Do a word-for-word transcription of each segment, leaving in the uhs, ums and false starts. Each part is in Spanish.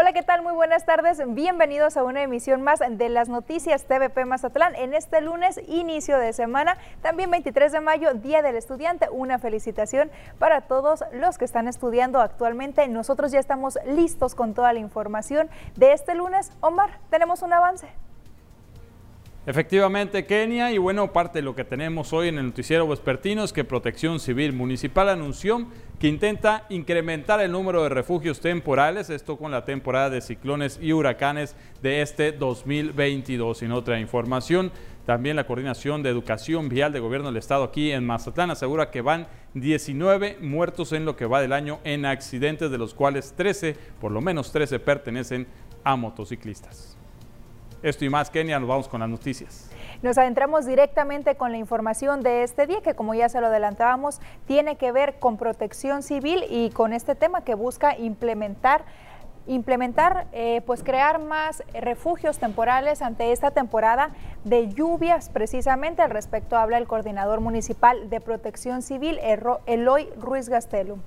Hola, ¿qué tal? Muy buenas tardes. Bienvenidos a una emisión más de las noticias T V P Mazatlán. En este lunes, inicio de semana, también veintitrés de mayo, Día del Estudiante. Una felicitación para todos los que están estudiando actualmente. Nosotros ya estamos listos con toda la información de este lunes. Omar, tenemos un avance. Efectivamente, Kenia, y bueno, parte de lo que tenemos hoy en el noticiero vespertino es que Protección Civil Municipal anunció que intenta incrementar el número de refugios temporales, esto con la temporada de ciclones y huracanes de este dos mil veintidós. En otra información, también la Coordinación de Educación Vial de Gobierno del Estado aquí en Mazatlán asegura que van diecinueve muertos en lo que va del año en accidentes, de los cuales trece, por lo menos trece, pertenecen a motociclistas. Esto y más, Kenia, nos vamos con las noticias. Nos adentramos directamente con la información de este día, que como ya se lo adelantábamos, tiene que ver con protección civil y con este tema que busca implementar, implementar eh, pues crear más refugios temporales ante esta temporada de lluvias. Precisamente al respecto habla el coordinador municipal de protección civil, Eloy Ruiz Gastelum.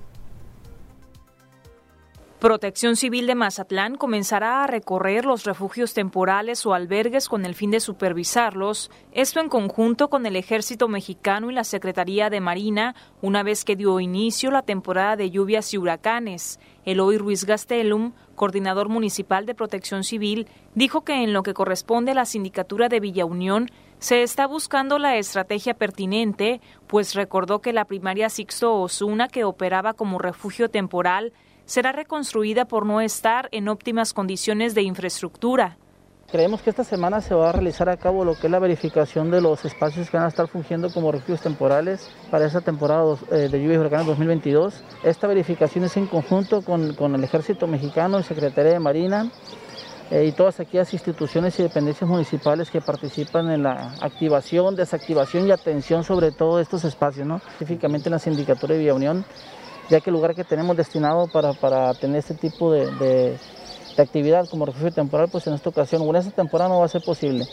Protección Civil de Mazatlán comenzará a recorrer los refugios temporales o albergues con el fin de supervisarlos, esto en conjunto con el Ejército Mexicano y la Secretaría de Marina, una vez que dio inicio la temporada de lluvias y huracanes. Eloy Ruiz Gastelum, coordinador municipal de Protección Civil, dijo que en lo que corresponde a la Sindicatura de Villa Unión, se está buscando la estrategia pertinente, pues recordó que la primaria Sixto Osuna, que operaba como refugio temporal, será reconstruida por no estar en óptimas condiciones de infraestructura. Creemos que esta semana se va a realizar a cabo lo que es la verificación de los espacios que van a estar fungiendo como refugios temporales para esta temporada de lluvia y huracanes dos mil veintidós. Esta verificación es en conjunto con, con el Ejército Mexicano y Secretaría de Marina eh, y todas aquellas instituciones y dependencias municipales que participan en la activación, desactivación y atención sobre todo de estos espacios, ¿no? Específicamente en la Sindicatura de Villa Unión, ya que el lugar que tenemos destinado para, para tener este tipo de, de, de actividad como refugio temporal, pues en esta ocasión o en esta temporada no va a ser posible.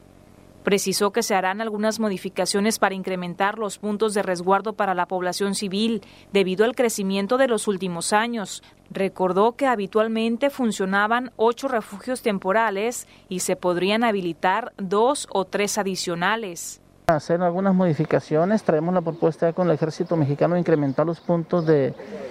Precisó que se harán algunas modificaciones para incrementar los puntos de resguardo para la población civil debido al crecimiento de los últimos años. Recordó que habitualmente funcionaban ocho refugios temporales y se podrían habilitar dos o tres adicionales. Hacer algunas modificaciones, traemos la propuesta con el Ejército Mexicano de incrementar los puntos de,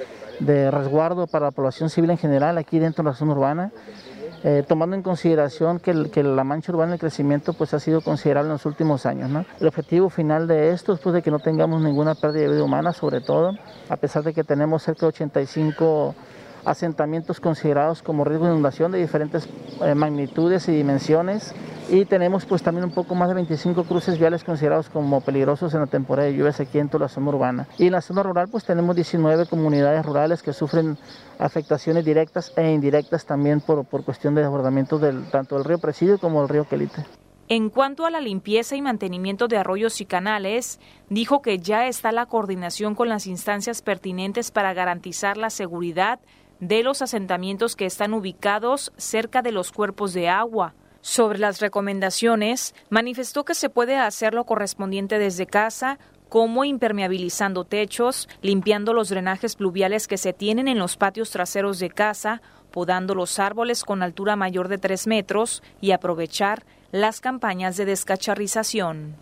de resguardo para la población civil en general aquí dentro de la zona urbana, eh, tomando en consideración que, el, que la mancha urbana del crecimiento pues, ha sido considerable en los últimos años, ¿no? El objetivo final de esto es pues, de que no tengamos ninguna pérdida de vida humana, sobre todo, a pesar de que tenemos cerca de ochenta y cinco asentamientos considerados como riesgo de inundación de diferentes eh, magnitudes y dimensiones, y tenemos pues también un poco más de veinticinco cruces viales considerados como peligrosos en la temporada de lluvias aquí en toda la zona urbana. Y en la zona rural pues tenemos diecinueve comunidades rurales que sufren afectaciones directas e indirectas también por, por cuestión de desbordamiento del, tanto del río Presidio como del río Quelite. En cuanto a la limpieza y mantenimiento de arroyos y canales, dijo que ya está la coordinación con las instancias pertinentes para garantizar la seguridad de los asentamientos que están ubicados cerca de los cuerpos de agua. Sobre las recomendaciones, manifestó que se puede hacer lo correspondiente desde casa, como impermeabilizando techos, limpiando los drenajes pluviales que se tienen en los patios traseros de casa, podando los árboles con altura mayor de tres metros y aprovechar las campañas de descacharrización.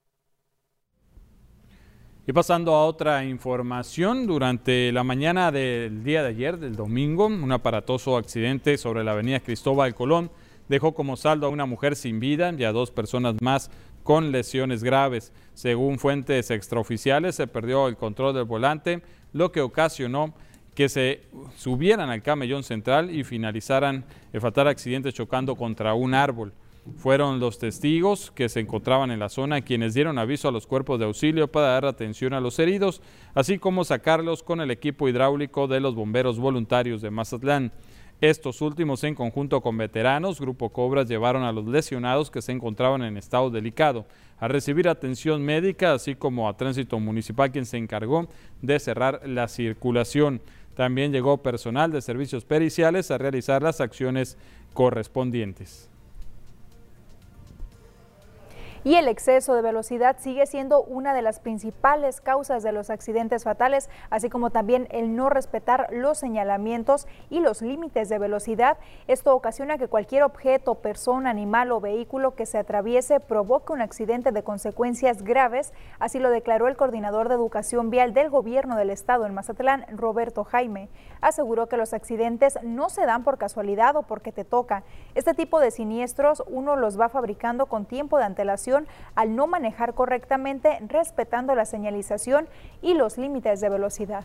Y pasando a otra información, durante la mañana del día de ayer, del domingo, un aparatoso accidente sobre la avenida Cristóbal Colón dejó como saldo a una mujer sin vida y a dos personas más con lesiones graves. Según fuentes extraoficiales, se perdió el control del volante, lo que ocasionó que se subieran al camellón central y finalizaran el fatal accidente chocando contra un árbol. Fueron los testigos que se encontraban en la zona quienes dieron aviso a los cuerpos de auxilio para dar atención a los heridos, así como sacarlos con el equipo hidráulico de los bomberos voluntarios de Mazatlán. Estos últimos, en conjunto con veteranos, Grupo Cobras, llevaron a los lesionados que se encontraban en estado delicado a recibir atención médica, así como a Tránsito Municipal, quien se encargó de cerrar la circulación. También llegó personal de servicios periciales a realizar las acciones correspondientes. Y el exceso de velocidad sigue siendo una de las principales causas de los accidentes fatales, así como también el no respetar los señalamientos y los límites de velocidad. Esto ocasiona que cualquier objeto, persona, animal o vehículo que se atraviese provoque un accidente de consecuencias graves. Así lo declaró el coordinador de educación vial del gobierno del estado en Mazatlán, Roberto Jaime. Aseguró que los accidentes no se dan por casualidad o porque te toca. Este tipo de siniestros uno los va fabricando con tiempo de antelación al no manejar correctamente, respetando la señalización y los límites de velocidad.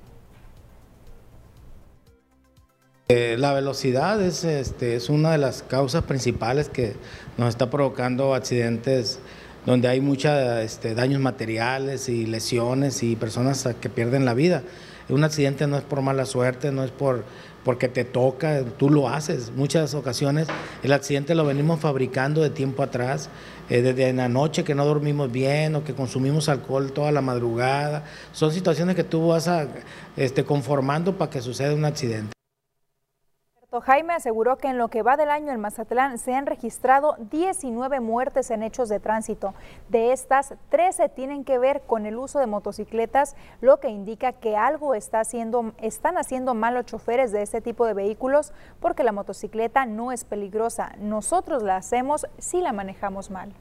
La velocidad es, este, es una de las causas principales que nos está provocando accidentes donde hay muchos este, daños materiales y lesiones y personas que pierden la vida. Un accidente no es por mala suerte, no es por porque te toca, tú lo haces. Muchas ocasiones el accidente lo venimos fabricando de tiempo atrás, eh, desde en la noche que no dormimos bien o que consumimos alcohol toda la madrugada. Son situaciones que tú vas a, este, conformando para que suceda un accidente. Jaime aseguró que en lo que va del año en Mazatlán se han registrado diecinueve muertes en hechos de tránsito. De estas, trece tienen que ver con el uso de motocicletas, lo que indica que algo está haciendo, están haciendo mal los choferes de este tipo de vehículos, porque la motocicleta no es peligrosa. Nosotros la hacemos si la manejamos mal.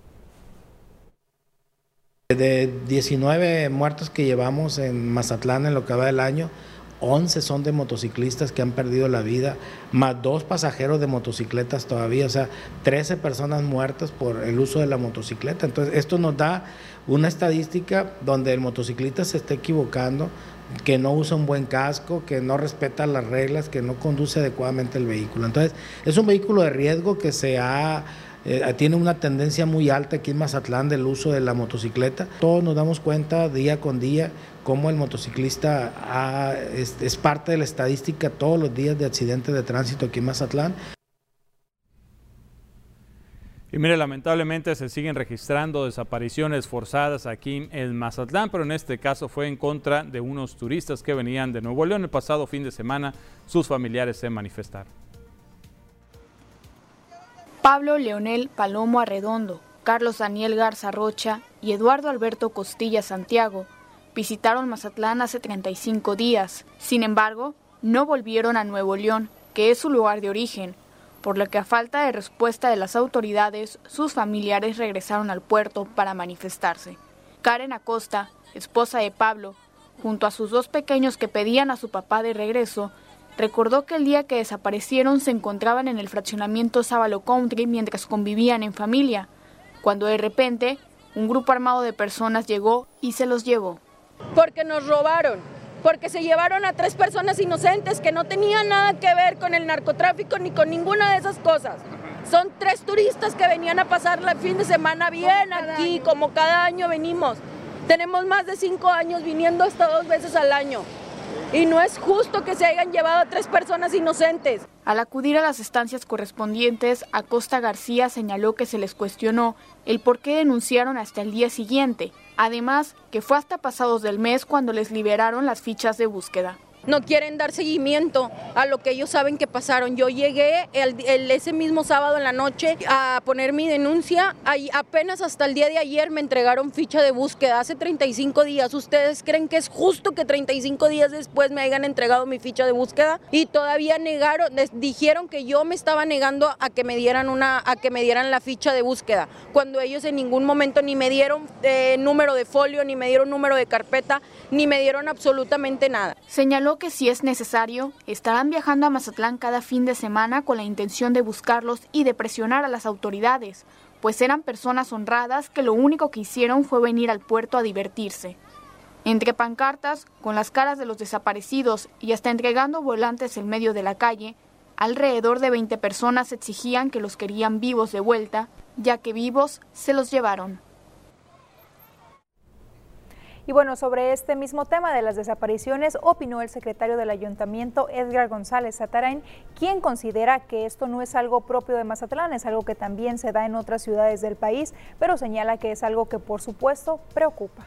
De diecinueve muertos que llevamos en Mazatlán en lo que va del año, once son de motociclistas que han perdido la vida, más dos pasajeros de motocicletas todavía, o sea, trece personas muertas por el uso de la motocicleta. Entonces, esto nos da una estadística donde el motociclista se está equivocando, que no usa un buen casco, que no respeta las reglas, que no conduce adecuadamente el vehículo. Entonces, es un vehículo de riesgo que se ha... Eh, tiene una tendencia muy alta aquí en Mazatlán del uso de la motocicleta. Todos nos damos cuenta día con día cómo el motociclista ha, es, es parte de la estadística todos los días de accidentes de tránsito aquí en Mazatlán. Y mire, lamentablemente se siguen registrando desapariciones forzadas aquí en Mazatlán, pero en este caso fue en contra de unos turistas que venían de Nuevo León. El pasado fin de semana sus familiares se manifestaron. Pablo Leonel Palomo Arredondo, Carlos Daniel Garza Rocha y Eduardo Alberto Costilla Santiago visitaron Mazatlán hace treinta y cinco días. Sin embargo, no volvieron a Nuevo León, que es su lugar de origen, por lo que a falta de respuesta de las autoridades, sus familiares regresaron al puerto para manifestarse. Karen Acosta, esposa de Pablo, junto a sus dos pequeños que pedían a su papá de regreso, recordó que el día que desaparecieron se encontraban en el fraccionamiento Sábalo Country mientras convivían en familia, cuando de repente un grupo armado de personas llegó y se los llevó. Porque nos robaron, porque se llevaron a tres personas inocentes que no tenían nada que ver con el narcotráfico ni con ninguna de esas cosas. Son tres turistas que venían a pasar el fin de semana bien aquí, como cada año venimos. Tenemos más de cinco años viniendo hasta dos veces al año. Y no es justo que se hayan llevado a tres personas inocentes. Al acudir a las estancias correspondientes, Acosta García señaló que se les cuestionó el por qué denunciaron hasta el día siguiente. Además, que fue hasta pasados del mes cuando les liberaron las fichas de búsqueda. No quieren dar seguimiento a lo que ellos saben que pasaron. Yo llegué el, el, ese mismo sábado en la noche a poner mi denuncia. Ahí, apenas hasta el día de ayer me entregaron ficha de búsqueda, hace treinta y cinco días. ¿Ustedes creen que es justo que treinta y cinco días después me hayan entregado mi ficha de búsqueda? Y todavía negaron, les dijeron que yo me estaba negando a que me dieran una, a que me dieran la ficha de búsqueda, cuando ellos en ningún momento ni me dieron eh, número de folio, ni me dieron número de carpeta, ni me dieron absolutamente nada. Señaló que si es necesario, estarán viajando a Mazatlán cada fin de semana con la intención de buscarlos y de presionar a las autoridades, pues eran personas honradas que lo único que hicieron fue venir al puerto a divertirse. Entre pancartas, con las caras de los desaparecidos y hasta entregando volantes en medio de la calle, alrededor de veinte personas exigían que los querían vivos de vuelta, ya que vivos se los llevaron. Y bueno, sobre este mismo tema de las desapariciones opinó el secretario del Ayuntamiento, Edgar González Satarain, quien considera que esto no es algo propio de Mazatlán, es algo que también se da en otras ciudades del país, pero señala que es algo que por supuesto preocupa.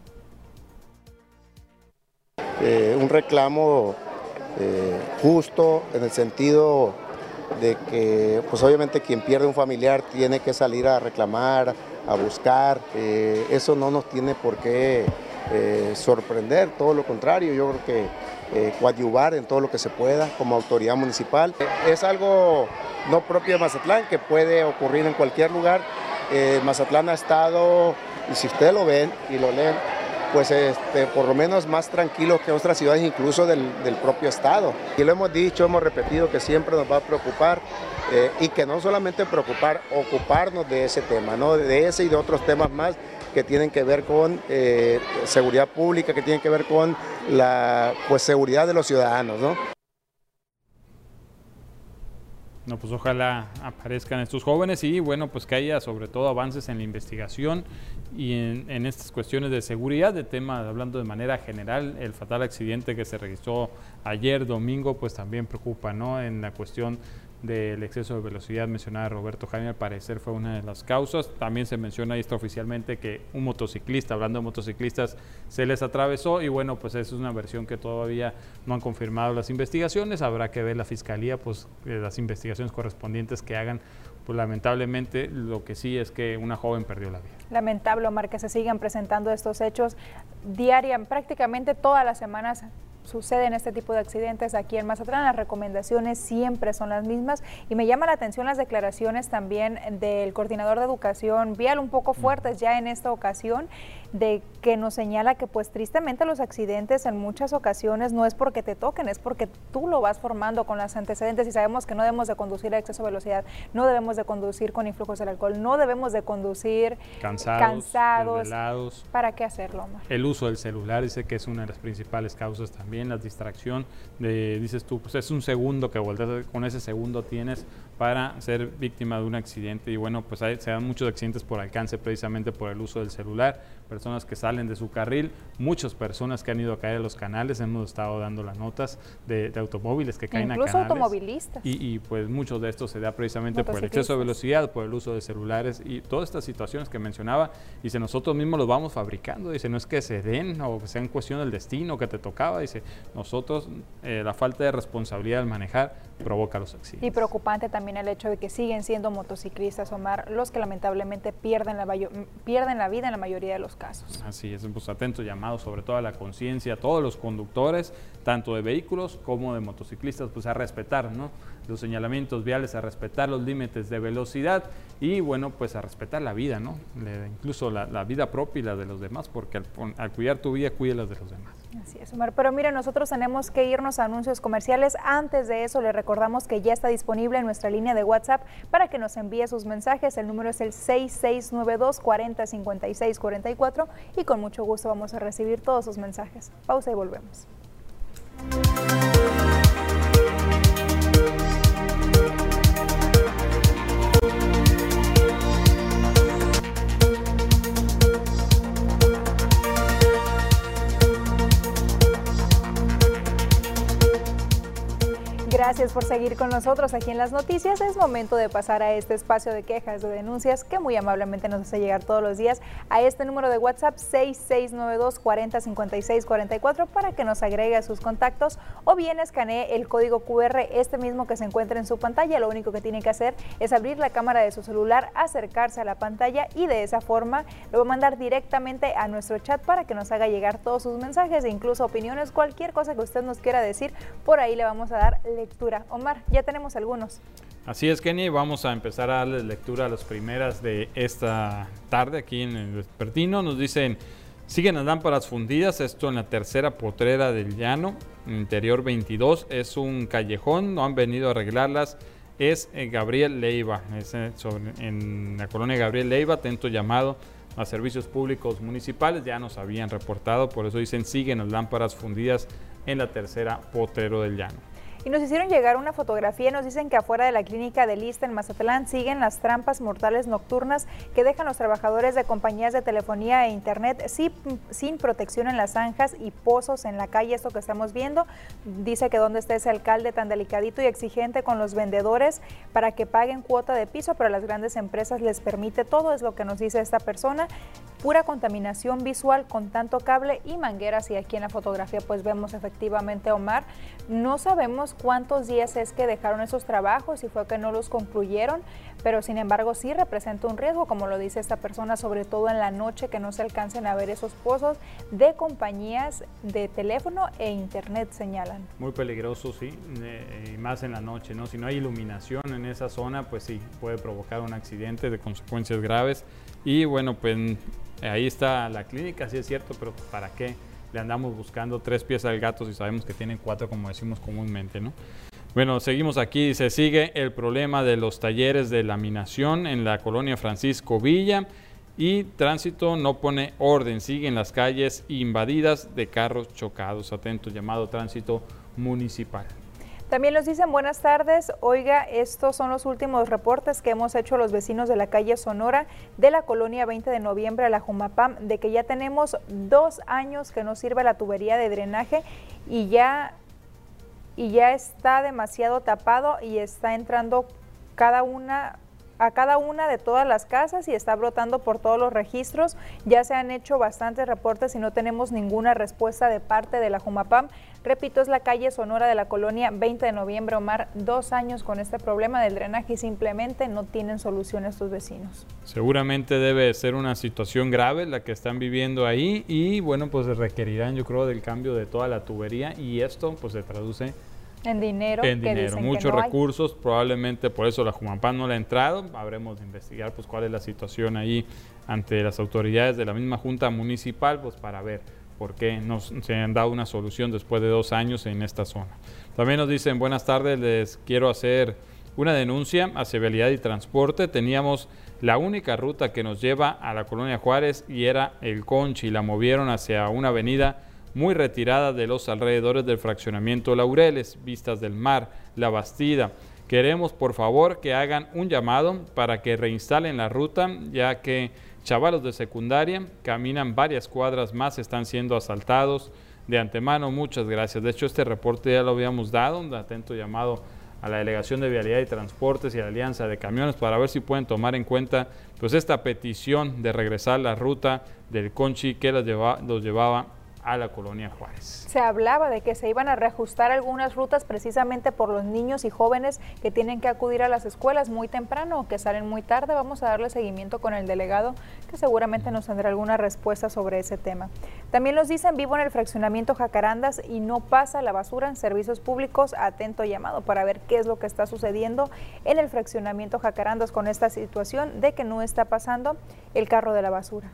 Eh, un reclamo eh, justo en el sentido de que pues obviamente quien pierde un familiar tiene que salir a reclamar, a buscar. Eh, eso no nos tiene por qué eh, sorprender, todo lo contrario, yo creo que eh, coadyuvar en todo lo que se pueda como autoridad municipal. Eh, es algo no propio de Mazatlán, que puede ocurrir en cualquier lugar. Eh, Mazatlán ha estado, y si ustedes lo ven y lo leen, pues este, por lo menos más tranquilos que otras ciudades, incluso del, del propio estado. Y lo hemos dicho, hemos repetido que siempre nos va a preocupar eh, y que no solamente preocupar, ocuparnos de ese tema, ¿no? De ese y de otros temas más que tienen que ver con eh, seguridad pública, que tienen que ver con la pues, seguridad de los ciudadanos, ¿no? No, pues ojalá aparezcan estos jóvenes y bueno, pues que haya sobre todo avances en la investigación y en, en estas cuestiones de seguridad, de tema, hablando de manera general, el fatal accidente que se registró ayer domingo, pues también preocupa, ¿no? En la cuestión del exceso de velocidad mencionada Roberto Jaime, al parecer fue una de las causas. También se menciona extraoficialmente que un motociclista, hablando de motociclistas, se les atravesó y bueno, pues esa es una versión que todavía no han confirmado las investigaciones. Habrá que ver la fiscalía, pues eh, las investigaciones correspondientes que hagan. Pues lamentablemente lo que sí es que una joven perdió la vida. Lamentable, Omar, que se sigan presentando estos hechos diaria, prácticamente todas las semanas suceden este tipo de accidentes aquí en Mazatlán. Las recomendaciones siempre son las mismas y me llama la atención las declaraciones también del coordinador de educación vial, un poco fuertes ya en esta ocasión, de que nos señala que pues tristemente los accidentes en muchas ocasiones no es porque te toquen, es porque tú lo vas formando con los antecedentes y sabemos que no debemos de conducir a exceso de velocidad, no debemos de conducir con influjos del alcohol, no debemos de conducir cansados, cansados. desvelados. ¿Para qué hacerlo, Omar? El uso del celular, dice que es una de las principales causas también. La distracción, de, dices tú, pues es un segundo que volteas, con ese segundo tienes para ser víctima de un accidente y bueno, pues hay, se dan muchos accidentes por alcance precisamente por el uso del celular, personas que salen de su carril, muchas personas que han ido a caer a los canales, hemos estado dando las notas de, de automóviles que caen incluso a canales. Automovilistas. Y, y pues muchos de estos se da precisamente por el exceso de velocidad, por el uso de celulares y todas estas situaciones que mencionaba, dice, nosotros mismos los vamos fabricando, dice, no es que se den o que sea en cuestión del destino que te tocaba, dice, nosotros, eh, la falta de responsabilidad al manejar provoca los accidentes. Y preocupante también el hecho de que siguen siendo motociclistas, Omar, los que lamentablemente pierden la, pierden la vida en la mayoría de los casos. Así es, pues atento llamado sobre todo a la conciencia, a todos los conductores, tanto de vehículos como de motociclistas, pues a respetar, ¿no?, los señalamientos viales, a respetar los límites de velocidad y bueno, pues a respetar la vida, ¿no?, Le, incluso la, la vida propia y la de los demás, porque al, al cuidar tu vida, cuida las de los demás. Así es, Omar, pero mire, nosotros tenemos que irnos a anuncios comerciales. Antes de eso, le recordamos que ya está disponible en nuestra línea de WhatsApp para que nos envíe sus mensajes. El número es el seis seis nueve dos, cuatro cero, cinco seis cuatro cuatro y con mucho gusto vamos a recibir todos sus mensajes. Pausa y volvemos. Gracias por seguir con nosotros aquí en Las Noticias. Es momento de pasar a este espacio de quejas, de denuncias que muy amablemente nos hace llegar todos los días a este número de WhatsApp seis seis nueve dos, cuatro cero, cinco seis cuatro cuatro para que nos agregue a sus contactos o bien escanee el código cu erre, este mismo que se encuentra en su pantalla. Lo único que tiene que hacer es abrir la cámara de su celular, acercarse a la pantalla y de esa forma lo va a mandar directamente a nuestro chat para que nos haga llegar todos sus mensajes e incluso opiniones, cualquier cosa que usted nos quiera decir, por ahí le vamos a dar lectura. Omar, ya tenemos algunos. Así es, Kenny, vamos a empezar a darles lectura a las primeras de esta tarde aquí en el Vespertino. Nos dicen, siguen las lámparas fundidas, esto en la tercera potrera del Llano, interior veintidós, es un callejón, no han venido a arreglarlas, es eh, Gabriel Leiva, es, eh, sobre, en la colonia Gabriel Leiva, atento llamado a servicios públicos municipales, ya nos habían reportado, por eso dicen, siguen las lámparas fundidas en la tercera potrero del Llano. Y nos hicieron llegar una fotografía, nos dicen que afuera de la clínica del ISSSTE en Mazatlán siguen las trampas mortales nocturnas que dejan los trabajadores de compañías de telefonía e internet sin, sin protección en las zanjas y pozos en la calle, esto que estamos viendo. Dice que dónde está ese alcalde tan delicadito y exigente con los vendedores para que paguen cuota de piso, pero a las grandes empresas les permite todo, es lo que nos dice esta persona. pura contaminación visual con tanto cable y mangueras. Y aquí en la fotografía pues vemos efectivamente, Omar, no sabemos cuántos días es que dejaron esos trabajos, si fue que no los concluyeron, pero sin embargo sí representa un riesgo, como lo dice esta persona, sobre todo en la noche, que no se alcancen a ver esos pozos de compañías de teléfono e internet, señalan. Muy peligroso, sí, eh, y más en la noche, ¿no? Si no hay iluminación en esa zona, pues sí, puede provocar un accidente de consecuencias graves. Y bueno, pues ahí está la clínica, sí es cierto, pero ¿para qué le andamos buscando tres pies al gato si sabemos que tienen cuatro, como decimos comúnmente, ¿no? Bueno, seguimos aquí. Se sigue el problema de los talleres de laminación en la colonia Francisco Villa y tránsito no pone orden. Siguen las calles invadidas de carros chocados. Atento llamado tránsito municipal. También nos dicen buenas tardes, oiga, estos son los últimos reportes que hemos hecho los vecinos de la calle Sonora de la colonia veinte de noviembre a la Jumapam, de que ya tenemos dos años que no sirve la tubería de drenaje y ya, y ya está demasiado tapado y está entrando cada una a cada una de todas las casas y está brotando por todos los registros. Ya se han hecho bastantes reportes y no tenemos ninguna respuesta de parte de la Jumapam. Repito, es la calle Sonora de la colonia veinte de noviembre, Omar, dos años con este problema del drenaje y simplemente no tienen solución estos vecinos. Seguramente debe ser una situación grave la que están viviendo ahí y bueno, pues requerirán, yo creo, del cambio de toda la tubería y esto pues se traduce En dinero, en que dinero, muchos no recursos, hay. Probablemente por eso la Jumapam no le ha entrado. Habremos de investigar pues cuál es la situación ahí ante las autoridades de la misma Junta Municipal, pues para ver por qué no se han dado una solución después de dos años en esta zona. También nos dicen, buenas tardes, les quiero hacer una denuncia hacia Vialidad y Transporte. Teníamos la única ruta que nos lleva a la colonia Juárez y era el Conchi, la movieron hacia una avenida muy retirada de los alrededores del fraccionamiento Laureles, Vistas del Mar, La Bastida. Queremos por favor que hagan un llamado para que reinstalen la ruta, ya que chavalos de secundaria caminan varias cuadras más, están siendo asaltados. De antemano, muchas gracias. De hecho, este reporte ya lo habíamos dado, un atento llamado a la Delegación de Vialidad y Transportes y a la Alianza de Camiones para ver si pueden tomar en cuenta pues esta petición de regresar la ruta del Conchi que los, lleva, los llevaba a la colonia Juárez. Se hablaba de que se iban a reajustar algunas rutas precisamente por los niños y jóvenes que tienen que acudir a las escuelas muy temprano o que salen muy tarde. Vamos a darle seguimiento con el delegado que seguramente nos tendrá alguna respuesta sobre ese tema. También nos dicen, vivo en el fraccionamiento Jacarandas y no pasa la basura en servicios públicos. Atento llamado para ver qué es lo que está sucediendo en el fraccionamiento Jacarandas con esta situación de que no está pasando el carro de la basura.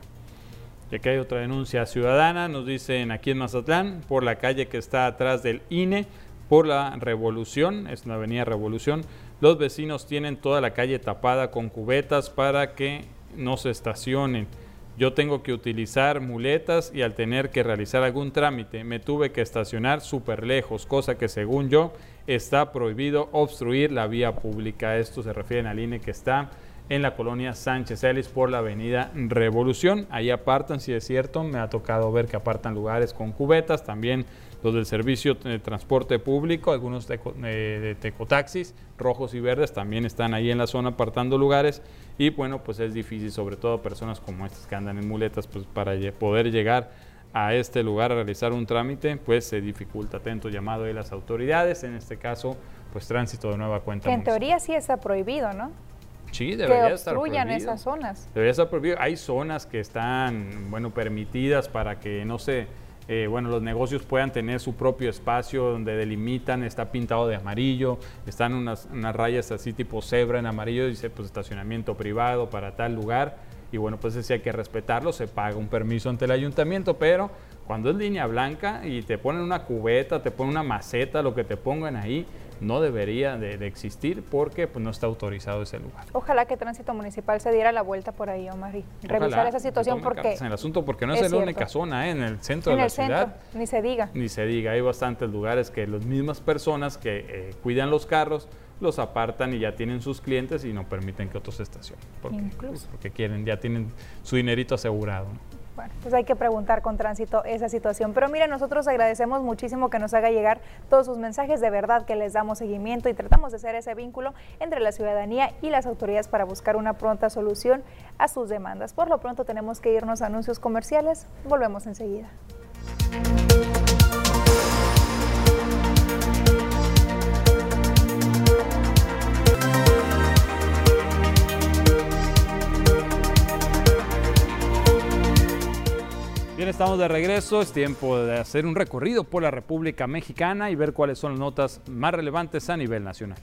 Y aquí hay otra denuncia ciudadana, nos dicen aquí en Mazatlán, por la calle que está atrás del I N E, por la Revolución, es una avenida Revolución, los vecinos tienen toda la calle tapada con cubetas para que no se estacionen. Yo tengo que utilizar muletas y al tener que realizar algún trámite me tuve que estacionar súper lejos, cosa que según yo está prohibido obstruir la vía pública. Esto se refiere al I N E que está en la colonia Sánchez Ellis por la avenida Revolución. Ahí apartan, si es cierto, me ha tocado ver que apartan lugares con cubetas, también los del servicio de transporte público, algunos teco, eh, de tecotaxis rojos y verdes también están ahí en la zona apartando lugares y bueno, pues es difícil, sobre todo personas como estas que andan en muletas, pues para poder llegar a este lugar a realizar un trámite, pues se dificulta. Atento llamado de las autoridades, en este caso, pues tránsito de nueva cuenta. Que en teoría sí está prohibido, ¿no? Sí, debería que estar obstruyan prohibido. esas zonas. Debería estar prohibido. Hay zonas que están, bueno, permitidas para que, no sé, eh, bueno, los negocios puedan tener su propio espacio donde delimitan, está pintado de amarillo, están unas, unas rayas así tipo cebra en amarillo, dice pues estacionamiento privado para tal lugar. Y bueno, pues ese sí hay que respetarlo, se paga un permiso ante el ayuntamiento, pero cuando es línea blanca y te ponen una cubeta, te ponen una maceta, lo que te pongan ahí, no debería de, de existir porque pues, no está autorizado ese lugar. Ojalá que Tránsito Municipal se diera la vuelta por ahí, Omar, y revisar Ojalá esa situación porque... en el asunto porque no es, es la única zona, ¿eh? En el centro en de la el centro, ciudad. Ni se diga. Ni se diga, hay bastantes lugares que las mismas personas que eh, cuidan los carros los apartan y ya tienen sus clientes y no permiten que otros se estacionen. Porque, Incluso. porque quieren, ya tienen su dinerito asegurado, ¿no? Bueno, pues hay que preguntar con Tránsito esa situación. Pero miren, nosotros agradecemos muchísimo que nos haga llegar todos sus mensajes. De verdad que les damos seguimiento y tratamos de hacer ese vínculo entre la ciudadanía y las autoridades para buscar una pronta solución a sus demandas. Por lo pronto tenemos que irnos a anuncios comerciales. Volvemos enseguida. Bien, estamos de regreso, es tiempo de hacer un recorrido por la República Mexicana y ver cuáles son las notas más relevantes a nivel nacional.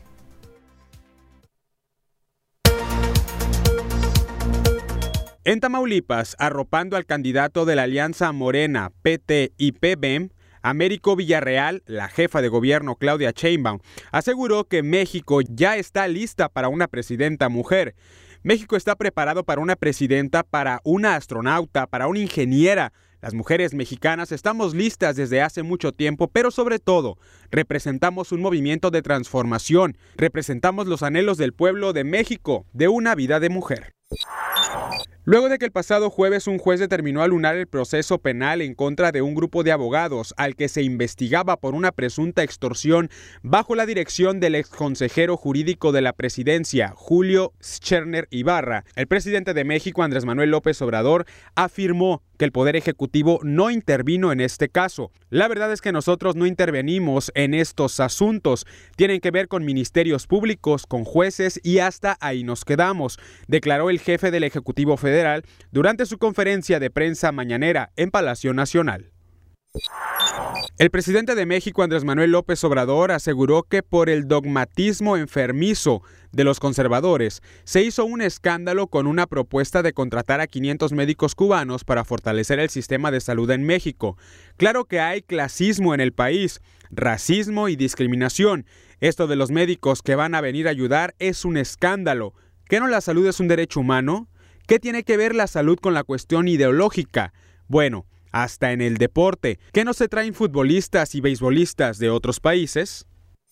En Tamaulipas, arropando al candidato de la Alianza Morena, P T y P B M, Américo Villarreal, la jefa de gobierno Claudia Sheinbaum, aseguró que México ya está lista para una presidenta mujer. México está preparado para una presidenta, para una astronauta, para una ingeniera. Las mujeres mexicanas estamos listas desde hace mucho tiempo, pero sobre todo, representamos un movimiento de transformación, representamos los anhelos del pueblo de México, de una vida de mujer. Luego de que el pasado jueves un juez determinó anular el proceso penal en contra de un grupo de abogados al que se investigaba por una presunta extorsión bajo la dirección del exconsejero jurídico de la presidencia, Julio Scherner Ibarra, el presidente de México, Andrés Manuel López Obrador, afirmó que el Poder Ejecutivo no intervino en este caso. La verdad es que nosotros no intervenimos en estos asuntos. Tienen que ver con ministerios públicos, con jueces y hasta ahí nos quedamos, declaró el jefe del Ejecutivo Federal durante su conferencia de prensa mañanera en Palacio Nacional. El presidente de México, Andrés Manuel López Obrador, aseguró que por el dogmatismo enfermizo de los conservadores, se hizo un escándalo con una propuesta de contratar a quinientos médicos cubanos para fortalecer el sistema de salud en México. Claro que hay clasismo en el país, racismo y discriminación. Esto de los médicos que van a venir a ayudar es un escándalo. ¿Qué no la salud es un derecho humano? ¿Qué tiene que ver la salud con la cuestión ideológica? Bueno, hasta en el deporte. ¿Qué no se traen futbolistas y beisbolistas de otros países?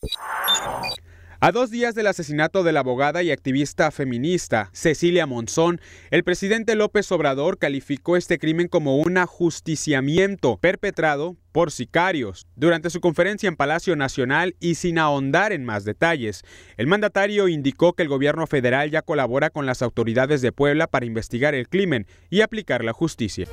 A dos días del asesinato de la abogada y activista feminista Cecilia Monzón, el presidente López Obrador calificó este crimen como un ajusticiamiento perpetrado por sicarios. Durante su conferencia en Palacio Nacional y sin ahondar en más detalles, el mandatario indicó que el gobierno federal ya colabora con las autoridades de Puebla para investigar el crimen y aplicar la justicia.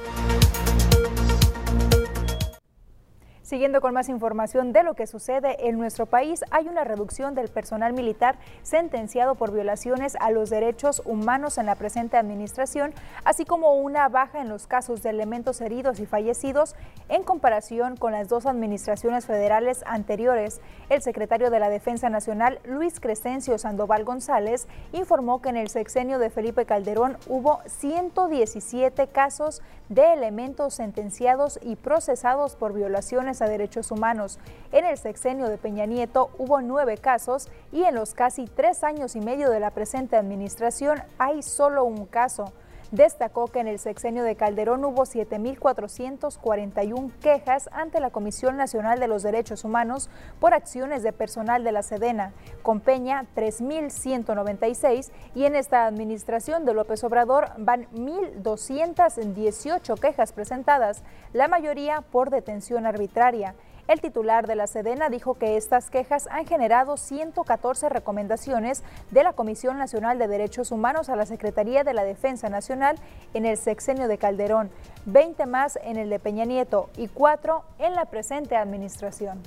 Siguiendo con más información de lo que sucede en nuestro país, hay una reducción del personal militar sentenciado por violaciones a los derechos humanos en la presente administración, así como una baja en los casos de elementos heridos y fallecidos en comparación con las dos administraciones federales anteriores. El secretario de la Defensa Nacional, Luis Crescencio Sandoval González, informó que en el sexenio de Felipe Calderón hubo ciento diecisiete casos de elementos sentenciados y procesados por violaciones a derechos humanos. En el sexenio de Peña Nieto hubo nueve casos y en los casi tres años y medio de la presente administración hay solo un caso. Destacó que en el sexenio de Calderón hubo siete mil cuatrocientas cuarenta y una quejas ante la Comisión Nacional de los Derechos Humanos por acciones de personal de la Sedena, con Peña tres mil ciento noventa y seis y en esta administración de López Obrador van mil doscientas dieciocho quejas presentadas, la mayoría por detención arbitraria. El titular de la Sedena dijo que estas quejas han generado ciento catorce recomendaciones de la Comisión Nacional de Derechos Humanos a la Secretaría de la Defensa Nacional en el sexenio de Calderón, veinte más en el de Peña Nieto y cuatro en la presente administración.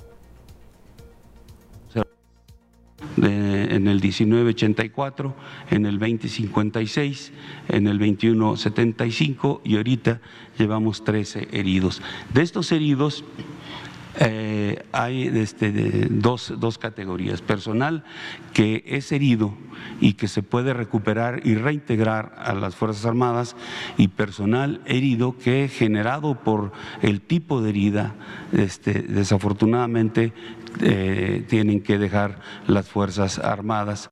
De, en el diecinueve ochenta y cuatro, en el veinte cincuenta y seis, en el veintiuno setenta y cinco y ahorita llevamos trece heridos. De estos heridos, Eh, hay este, de, dos, dos categorías: personal que es herido y que se puede recuperar y reintegrar a las Fuerzas Armadas, y personal herido que, generado por el tipo de herida, este, desafortunadamente eh, tienen que dejar las Fuerzas Armadas.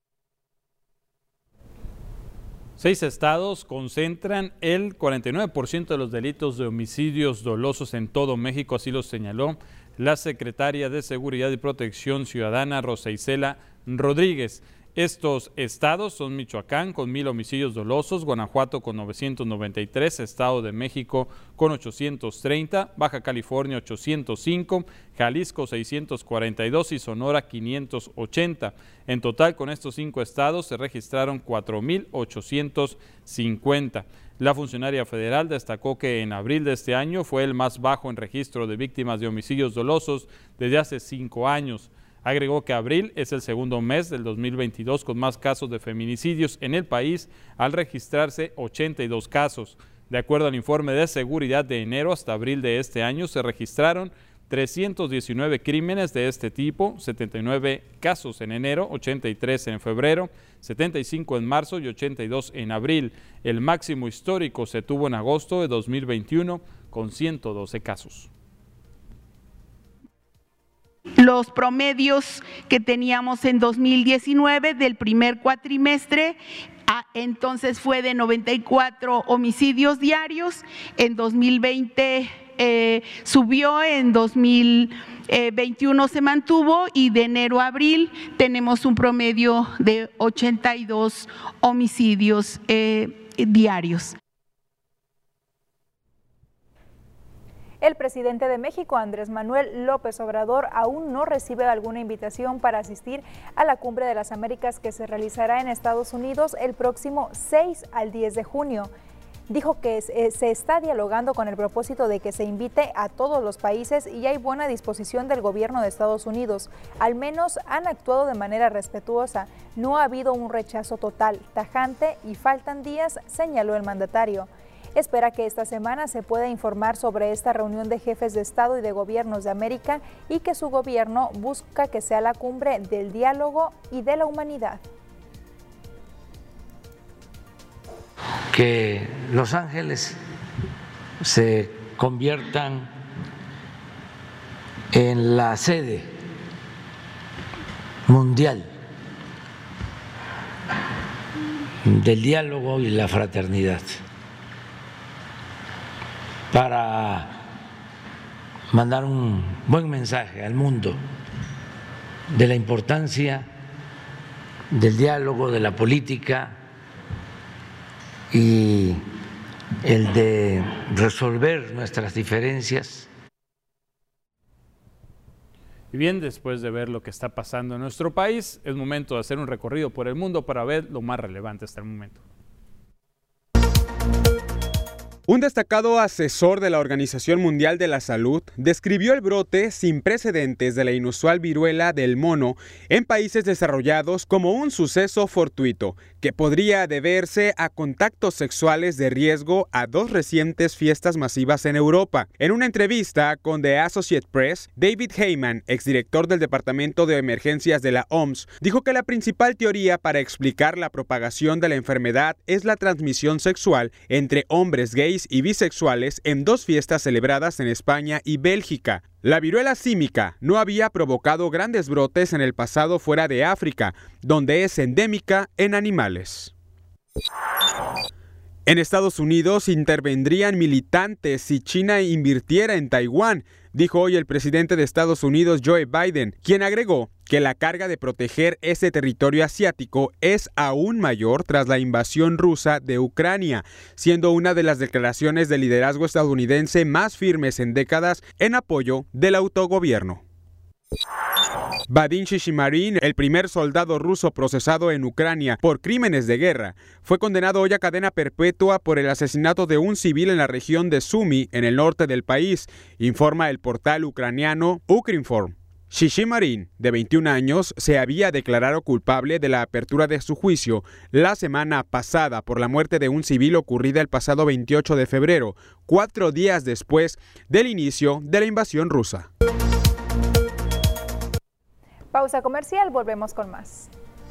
Seis estados concentran el cuarenta y nueve por ciento de los delitos de homicidios dolosos en todo México, así lo señaló la secretaria de Seguridad y Protección Ciudadana, Rosa Isela Rodríguez. Estos estados son Michoacán con mil homicidios dolosos, Guanajuato con novecientos noventa y tres, Estado de México con ochocientos treinta, Baja California ochocientos cinco, Jalisco seiscientos cuarenta y dos y Sonora quinientos ochenta. En total, con estos cinco estados se registraron cuatro mil ochocientos cincuenta. La funcionaria federal destacó que en abril de este año fue el más bajo en registro de víctimas de homicidios dolosos desde hace cinco años. Agregó que abril es el segundo mes del dos mil veintidós con más casos de feminicidios en el país, al registrarse ochenta y dos casos. De acuerdo al informe de seguridad de enero hasta abril de este año, se registraron trescientos diecinueve crímenes de este tipo, setenta y nueve casos en enero, ochenta y tres en febrero, setenta y cinco en marzo y ochenta y dos en abril. El máximo histórico se tuvo en agosto de dos mil veintiuno con ciento doce casos. Los promedios que teníamos en dos mil diecinueve del primer cuatrimestre, entonces fue de noventa y cuatro homicidios diarios, en dos mil veinte eh, subió, en dos mil veintiuno se mantuvo y de enero a abril tenemos un promedio de ochenta y dos homicidios eh, diarios. El presidente de México, Andrés Manuel López Obrador, aún no recibe alguna invitación para asistir a la Cumbre de las Américas que se realizará en Estados Unidos el próximo seis al diez de junio. Dijo que se está dialogando con el propósito de que se invite a todos los países y hay buena disposición del gobierno de Estados Unidos. Al menos han actuado de manera respetuosa. No ha habido un rechazo total, tajante y faltan días, señaló el mandatario. Espera que esta semana se pueda informar sobre esta reunión de jefes de Estado y de gobiernos de América y que su gobierno busca que sea la cumbre del diálogo y de la humanidad. Que Los Ángeles se conviertan en la sede mundial del diálogo y la fraternidad, para mandar un buen mensaje al mundo de la importancia del diálogo, de la política y el de resolver nuestras diferencias. Y bien, después de ver lo que está pasando en nuestro país, es momento de hacer un recorrido por el mundo para ver lo más relevante hasta el momento. Un destacado asesor de la Organización Mundial de la Salud describió el brote sin precedentes de la inusual viruela del mono en países desarrollados como un suceso fortuito que podría deberse a contactos sexuales de riesgo a dos recientes fiestas masivas en Europa. En una entrevista con The Associated Press, David Heyman, exdirector del Departamento de Emergencias de la O M S, dijo que la principal teoría para explicar la propagación de la enfermedad es la transmisión sexual entre hombres gays y bisexuales en dos fiestas celebradas en España y Bélgica. La viruela símica no había provocado grandes brotes en el pasado fuera de África, donde es endémica en animales. En Estados Unidos intervendrían militantes si China invirtiera en Taiwán, dijo hoy el presidente de Estados Unidos, Joe Biden, quien agregó que la carga de proteger ese territorio asiático es aún mayor tras la invasión rusa de Ucrania, siendo una de las declaraciones de liderazgo estadounidense más firmes en décadas en apoyo del autogobierno. Vadim Shishimarin, el primer soldado ruso procesado en Ucrania por crímenes de guerra, fue condenado hoy a cadena perpetua por el asesinato de un civil en la región de Sumy, en el norte del país, informa el portal ucraniano Ukrinform. Shishimarin, de veintiún años, se había declarado culpable de la apertura de su juicio la semana pasada por la muerte de un civil ocurrida el pasado veintiocho de febrero, cuatro días después del inicio de la invasión rusa. Pausa comercial, volvemos con más.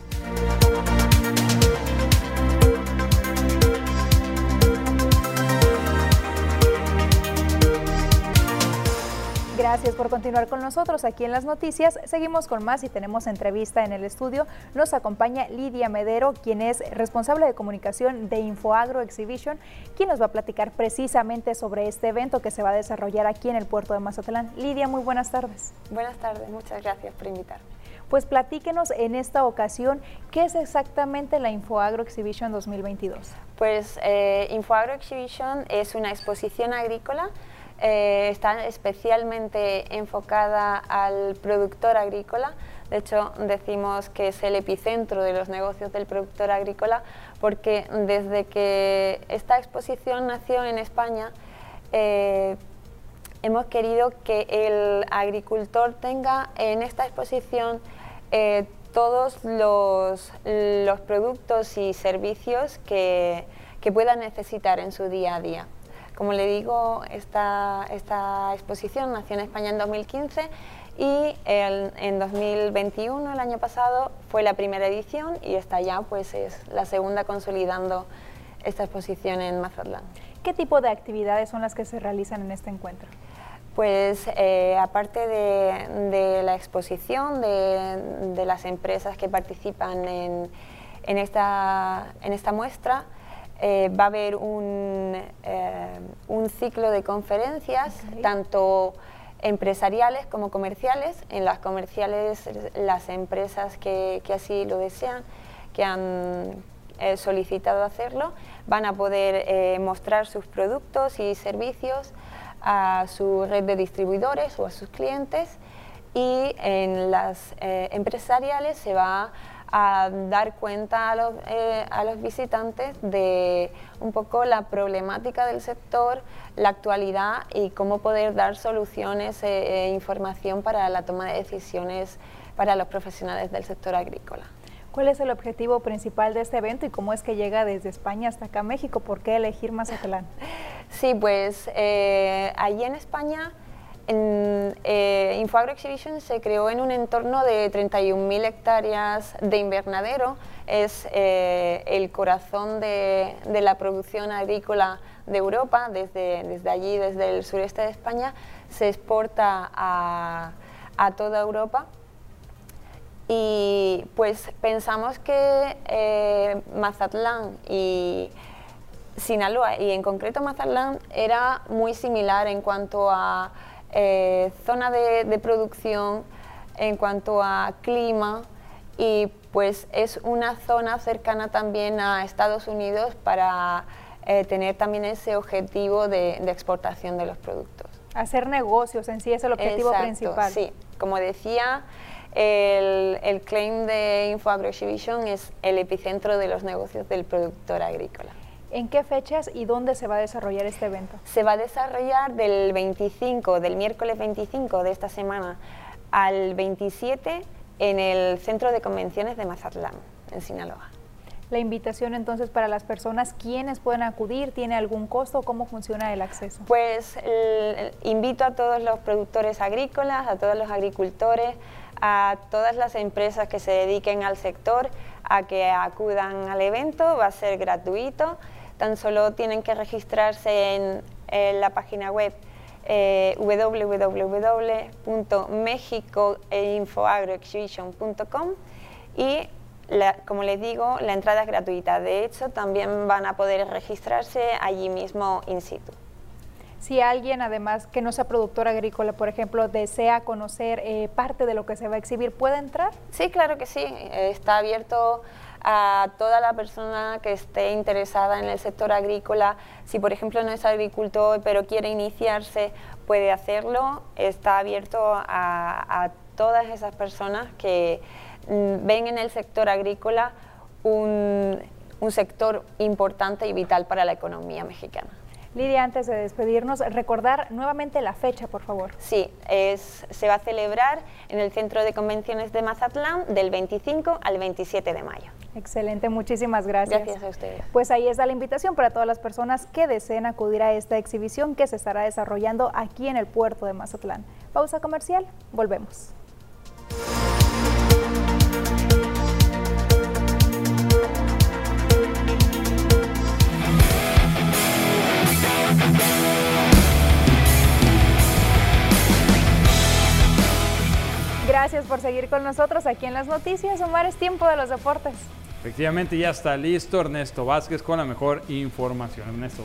Gracias por continuar con nosotros aquí en las noticias. Seguimos con más y tenemos entrevista en el estudio. Nos acompaña Lidia Medero, quien es responsable de comunicación de Infoagro Exhibition, quien nos va a platicar precisamente sobre este evento que se va a desarrollar aquí en el puerto de Mazatlán. Lidia, muy buenas tardes. Buenas tardes, muchas gracias por invitarme. Pues platíquenos en esta ocasión, ¿qué es exactamente la InfoAgro Exhibition dos mil veintidós? Pues eh, InfoAgro Exhibition es una exposición agrícola, eh, está especialmente enfocada al productor agrícola. De hecho, decimos que es el epicentro de los negocios del productor agrícola, porque desde que esta exposición nació en España, eh, hemos querido que el agricultor tenga en esta exposición eh, todos los, los productos y servicios que, que pueda necesitar en su día a día. Como le digo, esta, esta exposición nació en España en dos mil quince y el, en dos mil veintiuno, el año pasado, fue la primera edición y esta ya pues, es la segunda consolidando esta exposición en Mazatlán. ¿Qué tipo de actividades son las que se realizan en este encuentro? Pues eh, aparte de, de la exposición, de, de las empresas que participan en, en, esta, en esta muestra, eh, va a haber un, eh, un ciclo de conferencias, okay, tanto empresariales como comerciales. En las comerciales, las empresas que, que así lo desean, que han eh, solicitado hacerlo, van a poder eh, mostrar sus productos y servicios a su red de distribuidores o a sus clientes, y en las eh, empresariales se va a dar cuenta a los, eh, a los visitantes de un poco la problemática del sector, la actualidad y cómo poder dar soluciones e eh, información para la toma de decisiones para los profesionales del sector agrícola. ¿Cuál es el objetivo principal de este evento y cómo es que llega desde España hasta acá a México? ¿Por qué elegir Mazatlán? Sí, pues eh, allí en España, en, eh, InfoAgro Exhibition se creó en un entorno de treinta y un mil hectáreas de invernadero. Es eh, el corazón de, de la producción agrícola de Europa. Desde, desde allí, desde el sureste de España, se exporta a, a toda Europa. Y pues pensamos que eh, Mazatlán y Sinaloa, y en concreto Mazatlán, era muy similar en cuanto a eh, zona de, de producción, en cuanto a clima, y pues es una zona cercana también a Estados Unidos para eh, tener también ese objetivo de, de exportación de los productos. Hacer negocios en sí es el objetivo Exacto, principal. Sí, como decía, el, el claim de InfoAgro Exhibition es el epicentro de los negocios del productor agrícola. ¿En qué fechas y dónde se va a desarrollar este evento? Se va a desarrollar del veinticinco, del miércoles veinticinco de esta semana al veintisiete en el Centro de Convenciones de Mazatlán, en Sinaloa. La invitación entonces para las personas, ¿quiénes pueden acudir? ¿Tiene algún costo? ¿Cómo funciona el acceso? Pues el, invito a todos los productores agrícolas, a todos los agricultores, a todas las empresas que se dediquen al sector a que acudan al evento. Va a ser gratuito, tan solo tienen que registrarse en, en la página web eh, w w w punto mexico info agro exhibition punto com y la, como les digo, la entrada es gratuita. De hecho, también van a poder registrarse allí mismo in situ. Si alguien, además, que no sea productor agrícola, por ejemplo, desea conocer eh, parte de lo que se va a exhibir, ¿puede entrar? Sí, claro que sí. Está abierto a toda la persona que esté interesada en el sector agrícola. Si, por ejemplo, no es agricultor, pero quiere iniciarse, puede hacerlo. Está abierto a, a todas esas personas que mm, ven en el sector agrícola un, un sector importante y vital para la economía mexicana. Lidia, antes de despedirnos, recordar nuevamente la fecha, por favor. Sí, es, se va a celebrar en el Centro de Convenciones de Mazatlán del veinticinco al veintisiete de mayo. Excelente, muchísimas gracias. Gracias a ustedes. Pues ahí está la invitación para todas las personas que deseen acudir a esta exhibición que se estará desarrollando aquí en el puerto de Mazatlán. Pausa comercial, volvemos. Gracias por seguir con nosotros aquí en las noticias. Omar, es tiempo de los deportes. Efectivamente, ya está listo Ernesto Vázquez con la mejor información. Ernesto, buenas.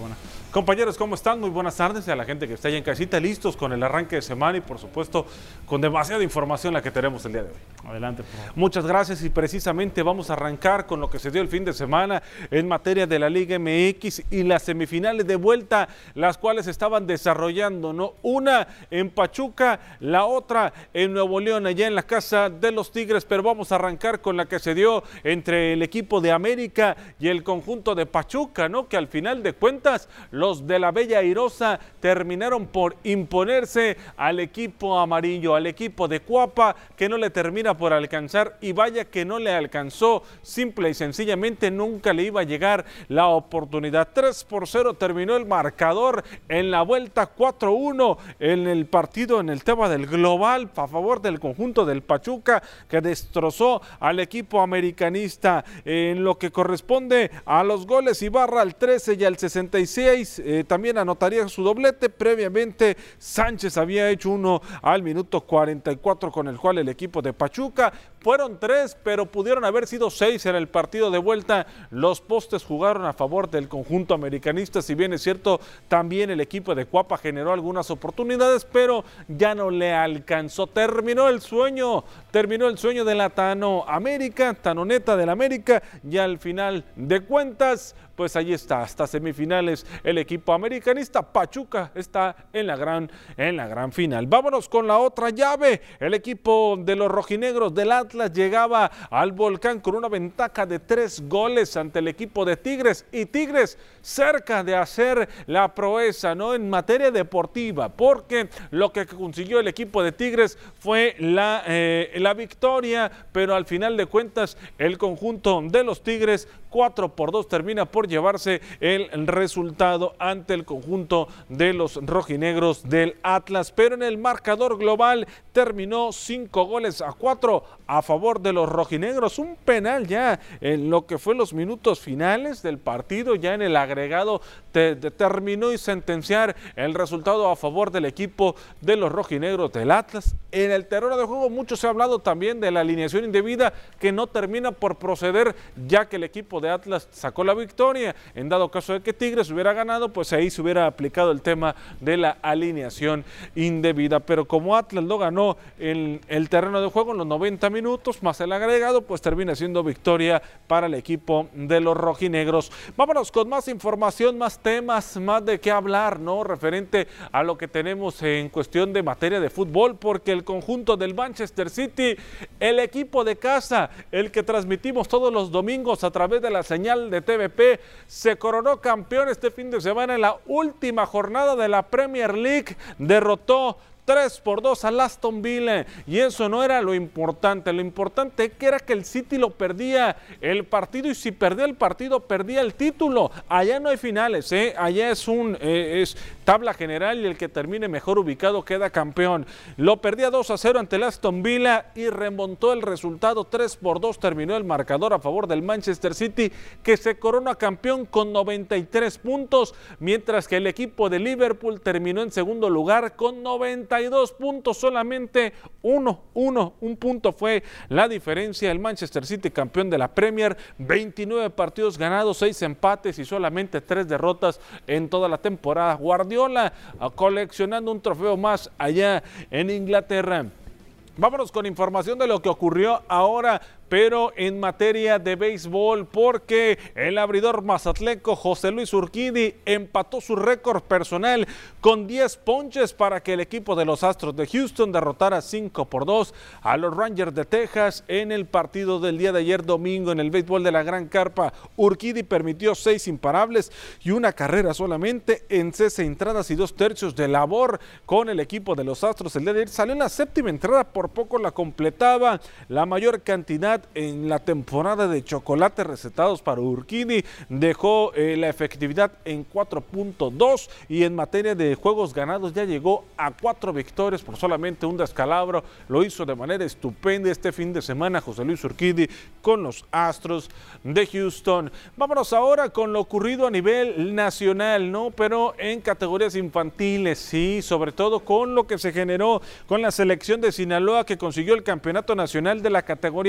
Compañeros, ¿cómo están? Muy buenas tardes a la gente que está allá en casita, listos con el arranque de semana y por supuesto con demasiada información la que tenemos el día de hoy. Adelante, por favor. Muchas gracias y precisamente vamos a arrancar con lo que se dio el fin de semana en materia de la Liga M X y las semifinales de vuelta, las cuales estaban desarrollando, ¿no? Una en Pachuca, la otra en Nuevo León, allá en la casa de los Tigres, pero vamos a arrancar con la que se dio entre el equipo de América y el conjunto de Pachuca, ¿no? Que al final de cuentas los de la Bella Airosa terminaron por imponerse al equipo amarillo, al equipo de Cuapa, que no le termina por alcanzar, y vaya que no le alcanzó, simple y sencillamente nunca le iba a llegar la oportunidad. tres por cero terminó el marcador en la vuelta, cuatro uno en el partido, en el tema del global, a favor del conjunto del Pachuca, que destrozó al equipo americanista. En lo que corresponde a los goles, Ibarra al trece y al sesenta y seis, eh, también anotaría su doblete. Previamente Sánchez había hecho uno al minuto cuarenta y cuatro, con el cual el equipo de Pachuca, fueron tres, pero pudieron haber sido seis en el partido de vuelta. Los postes jugaron a favor del conjunto americanista, si bien es cierto, también el equipo de Cuapa generó algunas oportunidades, pero ya no le alcanzó. Terminó el sueño, terminó el sueño de la Tano América, Tanoneta del América, y al final de cuentas, pues ahí está, hasta semifinales el equipo americanista. Pachuca está en la gran, en la gran final. Vámonos con la otra llave. El equipo de los rojinegros del Atlas llegaba al Volcán con una ventaja de tres goles ante el equipo de Tigres, y Tigres cerca de hacer la proeza, ¿no? En materia deportiva, porque lo que consiguió el equipo de Tigres fue la, eh, la victoria, pero al final de cuentas el conjunto de los Tigres cuatro por dos termina por llevarse el resultado ante el conjunto de los rojinegros del Atlas, pero en el marcador global terminó cinco goles a cuatro a favor de los rojinegros. Un penal ya en lo que fue los minutos finales del partido, ya en el agregado te, determinó y sentenciar el resultado a favor del equipo de los rojinegros del Atlas. En el terreno de juego mucho se ha hablado también de la alineación indebida que no termina por proceder, ya que el equipo de Atlas sacó la victoria. En dado caso de que Tigres hubiera ganado, pues ahí se hubiera aplicado el tema de la alineación indebida, pero como Atlas lo ganó en el terreno de juego en los noventa minutos más el agregado, pues termina siendo victoria para el equipo de los rojinegros. Vámonos con más información, más temas, más de qué hablar, ¿no? Referente a lo que tenemos en cuestión de materia de fútbol, porque el conjunto del Manchester City, el equipo de casa, el que transmitimos todos los domingos a través de la señal de T V P, se coronó campeón este fin de semana en la última jornada de la Premier League. Derrotó tres por dos al Aston Villa, y eso no era lo importante. Lo importante que era que el City lo perdía el partido, y si perdía el partido perdía el título. Allá no hay finales, ¿eh? Allá es un eh, es tabla general, y el que termine mejor ubicado queda campeón. Lo perdía dos a cero ante el Aston Villa y remontó el resultado. tres por dos terminó el marcador a favor del Manchester City, que se corona campeón con noventa y tres puntos, mientras que el equipo de Liverpool terminó en segundo lugar con noventa y dos puntos. Solamente uno, uno, un punto fue la diferencia. El Manchester City, campeón de la Premier, veintinueve partidos ganados, seis empates y solamente tres derrotas en toda la temporada. Guardiola coleccionando un trofeo más allá en Inglaterra. Vámonos con información de lo que ocurrió ahora, pero en materia de béisbol, porque el abridor mazatleco José Luis Urquidi empató su récord personal con diez ponches para que el equipo de los Astros de Houston derrotara cinco por dos a los Rangers de Texas en el partido del día de ayer domingo en el béisbol de la Gran Carpa. Urquidi permitió seis imparables y una carrera solamente en sesenta entradas y dos tercios de labor con el equipo de los Astros. El día de ayer salió en la séptima entrada, por poco la completaba. La mayor cantidad en la temporada de chocolates recetados para Urquidi, dejó eh, la efectividad en cuatro punto dos, y en materia de juegos ganados ya llegó a cuatro victorias por solamente un descalabro. Lo hizo de manera estupenda este fin de semana José Luis Urquidi con los Astros de Houston. Vámonos ahora con lo ocurrido a nivel nacional, ¿no? Pero en categorías infantiles, sí, sobre todo con lo que se generó con la selección de Sinaloa, que consiguió el campeonato nacional de la categoría U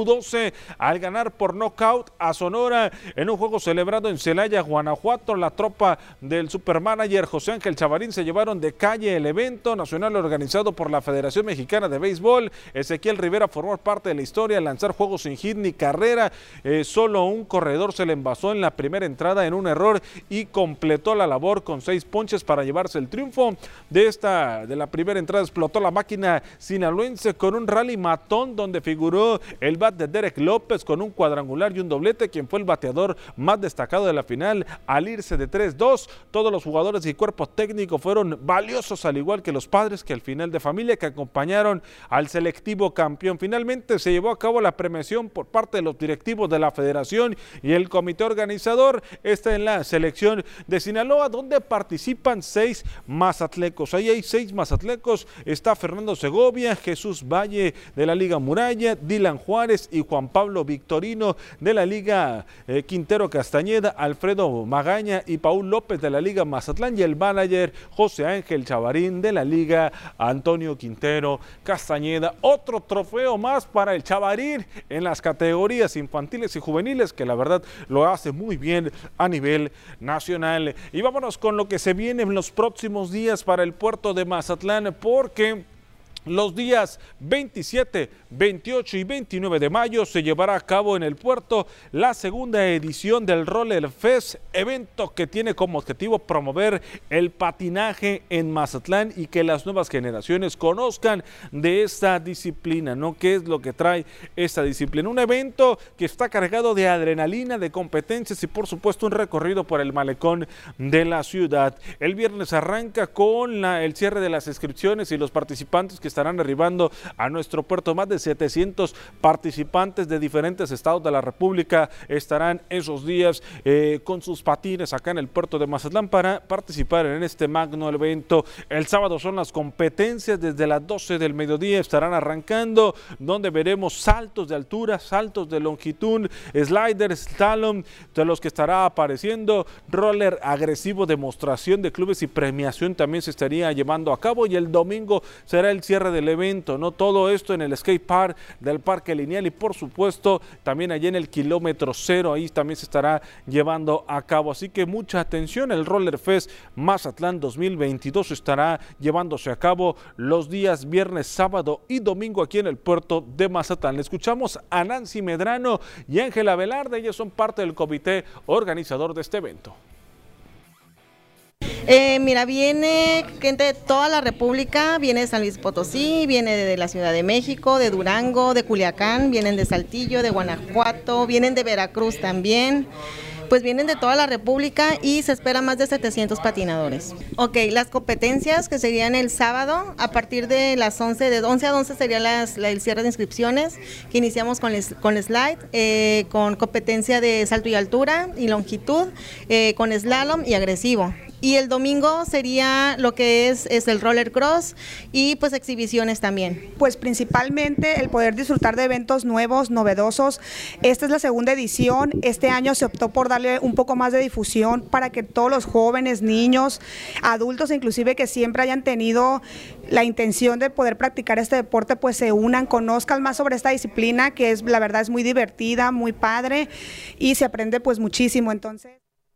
doce al ganar por nocaut a Sonora en un juego celebrado en Celaya, Guanajuato. La tropa del supermanager José Ángel Chavarín se llevaron de calle el evento nacional organizado por la Federación Mexicana de Béisbol. Ezequiel Rivera formó parte de la historia al lanzar juegos sin hit ni carrera. Eh, solo un corredor se le envasó en la primera entrada en un error y completó la labor con seis ponches para llevarse el triunfo. De esta, de la primera entrada explotó la máquina sinaloense con un rally matón donde figuró el bat de Derek López con un cuadrangular y un doblete, quien fue el bateador más destacado de la final al irse de tres dos. Todos los jugadores y cuerpo técnico fueron valiosos, al igual que los padres que al final de familia que acompañaron al selectivo campeón. Finalmente se llevó a cabo la premiación por parte de los directivos de la federación y el comité organizador. Esta en la selección de Sinaloa, donde participan seis mazatlecos. Ahí hay seis mazatlecos. Está Fernando Segovia, Jesús Valle de la Liga Muralla, Dylan Juárez y Juan Pablo Victorino de la Liga eh, Quintero Castañeda, Alfredo Magaña y Paul López de la Liga Mazatlán, y el manager José Ángel Chavarín de la Liga Antonio Quintero Castañeda. Otro trofeo más para el Chavarín en las categorías infantiles y juveniles, que la verdad lo hace muy bien a nivel nacional. Y vámonos con lo que se viene en los próximos días para el puerto de Mazatlán, porque los días veintisiete, veintiocho y veintinueve de mayo se llevará a cabo en el puerto la segunda edición del Roller Fest, evento que tiene como objetivo promover el patinaje en Mazatlán y que las nuevas generaciones conozcan de esta disciplina, ¿no? ¿Qué es lo que trae esta disciplina? Un evento que está cargado de adrenalina, de competencias y por supuesto un recorrido por el malecón de la ciudad. El viernes arranca con la, el cierre de las inscripciones y los participantes que estarán arribando a nuestro puerto. Más de setecientos participantes de diferentes estados de la República estarán esos días eh, con sus patines acá en el puerto de Mazatlán para participar en este magno evento. El sábado son las competencias, desde las doce del mediodía estarán arrancando, donde veremos saltos de altura, saltos de longitud, sliders, slalom, de los que estará apareciendo, roller agresivo, demostración de clubes y premiación también se estaría llevando a cabo, y el domingo será el cierre del evento, ¿no? Todo esto en el skate park del Parque Lineal y por supuesto también allí en el kilómetro cero, ahí también se estará llevando a cabo, así que mucha atención. El Roller Fest Mazatlán dos mil veintidós estará llevándose a cabo los días viernes, sábado y domingo aquí en el puerto de Mazatlán. Le escuchamos a Nancy Medrano y Ángela Velarde, ellos son parte del comité organizador de este evento. Eh, mira, viene gente de toda la República, viene de San Luis Potosí, viene de la Ciudad de México, de Durango, de Culiacán, vienen de Saltillo, de Guanajuato, vienen de Veracruz también. Pues vienen de toda la República y se espera más de setecientos patinadores. Ok, las competencias que serían el sábado a partir de las once, de once a once sería las, la, el cierre de inscripciones, que iniciamos con, les, con slide, eh, con competencia de salto y altura y longitud, eh, con slalom y agresivo. Y el domingo sería lo que es, es el roller cross y pues exhibiciones también. Pues principalmente el poder disfrutar de eventos nuevos, novedosos. Esta es la segunda edición, este año se optó por darle un poco más de difusión para que todos los jóvenes, niños, adultos inclusive que siempre hayan tenido la intención de poder practicar este deporte, pues se unan, conozcan más sobre esta disciplina que es, la verdad es muy divertida, muy padre y se aprende pues muchísimo, entonces.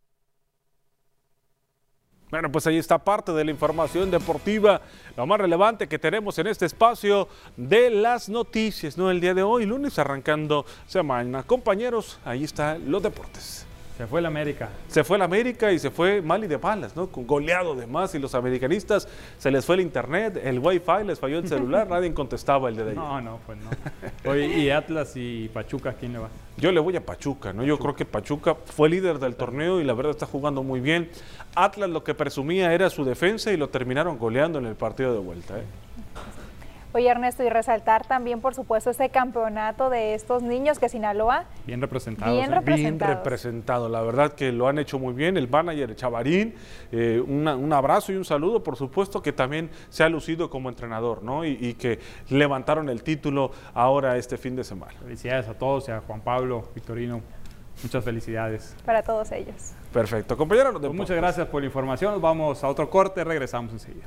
Bueno, pues ahí está parte de la información deportiva, lo más relevante que tenemos en este espacio de las noticias, ¿no? El día de hoy, lunes, arrancando semana. Compañeros, ahí están los deportes. Se fue el América. Se fue el América y se fue mal y de malas, ¿no? Con goleado de más, y los americanistas se les fue el internet, el wifi, les falló el celular, nadie contestaba el de ayer. No, no, pues no. Oye, ¿y Atlas y Pachuca a quién le va? Yo le voy a Pachuca, ¿no? Yo creo que Pachuca fue líder del torneo y la verdad está jugando muy bien. Atlas lo que presumía era su defensa y lo terminaron goleando en el partido de vuelta, ¿eh? Oye, Ernesto, y resaltar también, por supuesto, este campeonato de estos niños que Sinaloa. Bien representados. Bien ¿eh? representados. Bien representado, la verdad que lo han hecho muy bien. El manager Chavarín, eh, una, un abrazo y un saludo, por supuesto, que también se ha lucido como entrenador, ¿no? Y, y que levantaron el título ahora este fin de semana. Felicidades a todos y a Juan Pablo, Victorino. Muchas felicidades. Para todos ellos. Perfecto. Compañeros, pues muchas gracias por la información. Vamos a otro corte, regresamos enseguida.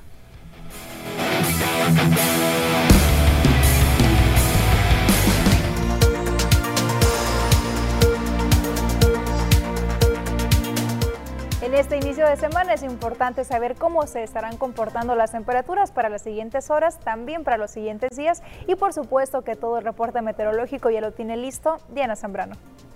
este inicio de semana es importante saber cómo se estarán comportando las temperaturas para las siguientes horas, también para los siguientes días y por supuesto que todo el reporte meteorológico ya lo tiene listo Diana Zambrano.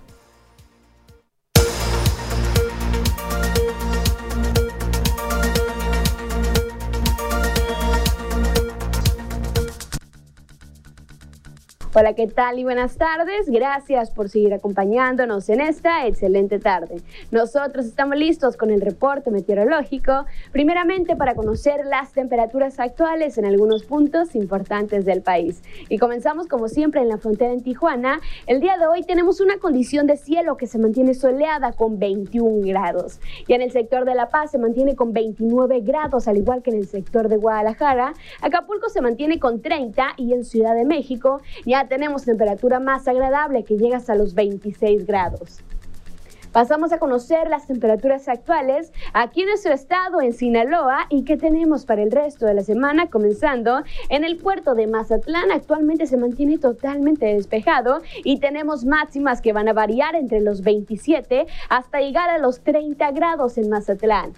Hola, ¿qué tal y buenas tardes? Gracias por seguir acompañándonos en esta excelente tarde. Nosotros estamos listos con el reporte meteorológico, primeramente para conocer las temperaturas actuales en algunos puntos importantes del país. Y comenzamos como siempre en la frontera en Tijuana. El día de hoy tenemos una condición de cielo que se mantiene soleada con veintiún grados. Y en el sector de La Paz se mantiene con veintinueve grados, al igual que en el sector de Guadalajara. Acapulco se mantiene con treinta y en Ciudad de México ya tenemos temperatura más agradable que llega hasta los veintiséis grados. Pasamos a conocer las temperaturas actuales aquí en nuestro estado, en Sinaloa, y qué tenemos para el resto de la semana, comenzando en el puerto de Mazatlán. Actualmente se mantiene totalmente despejado y tenemos máximas que van a variar entre los veintisiete hasta llegar a los treinta grados en Mazatlán.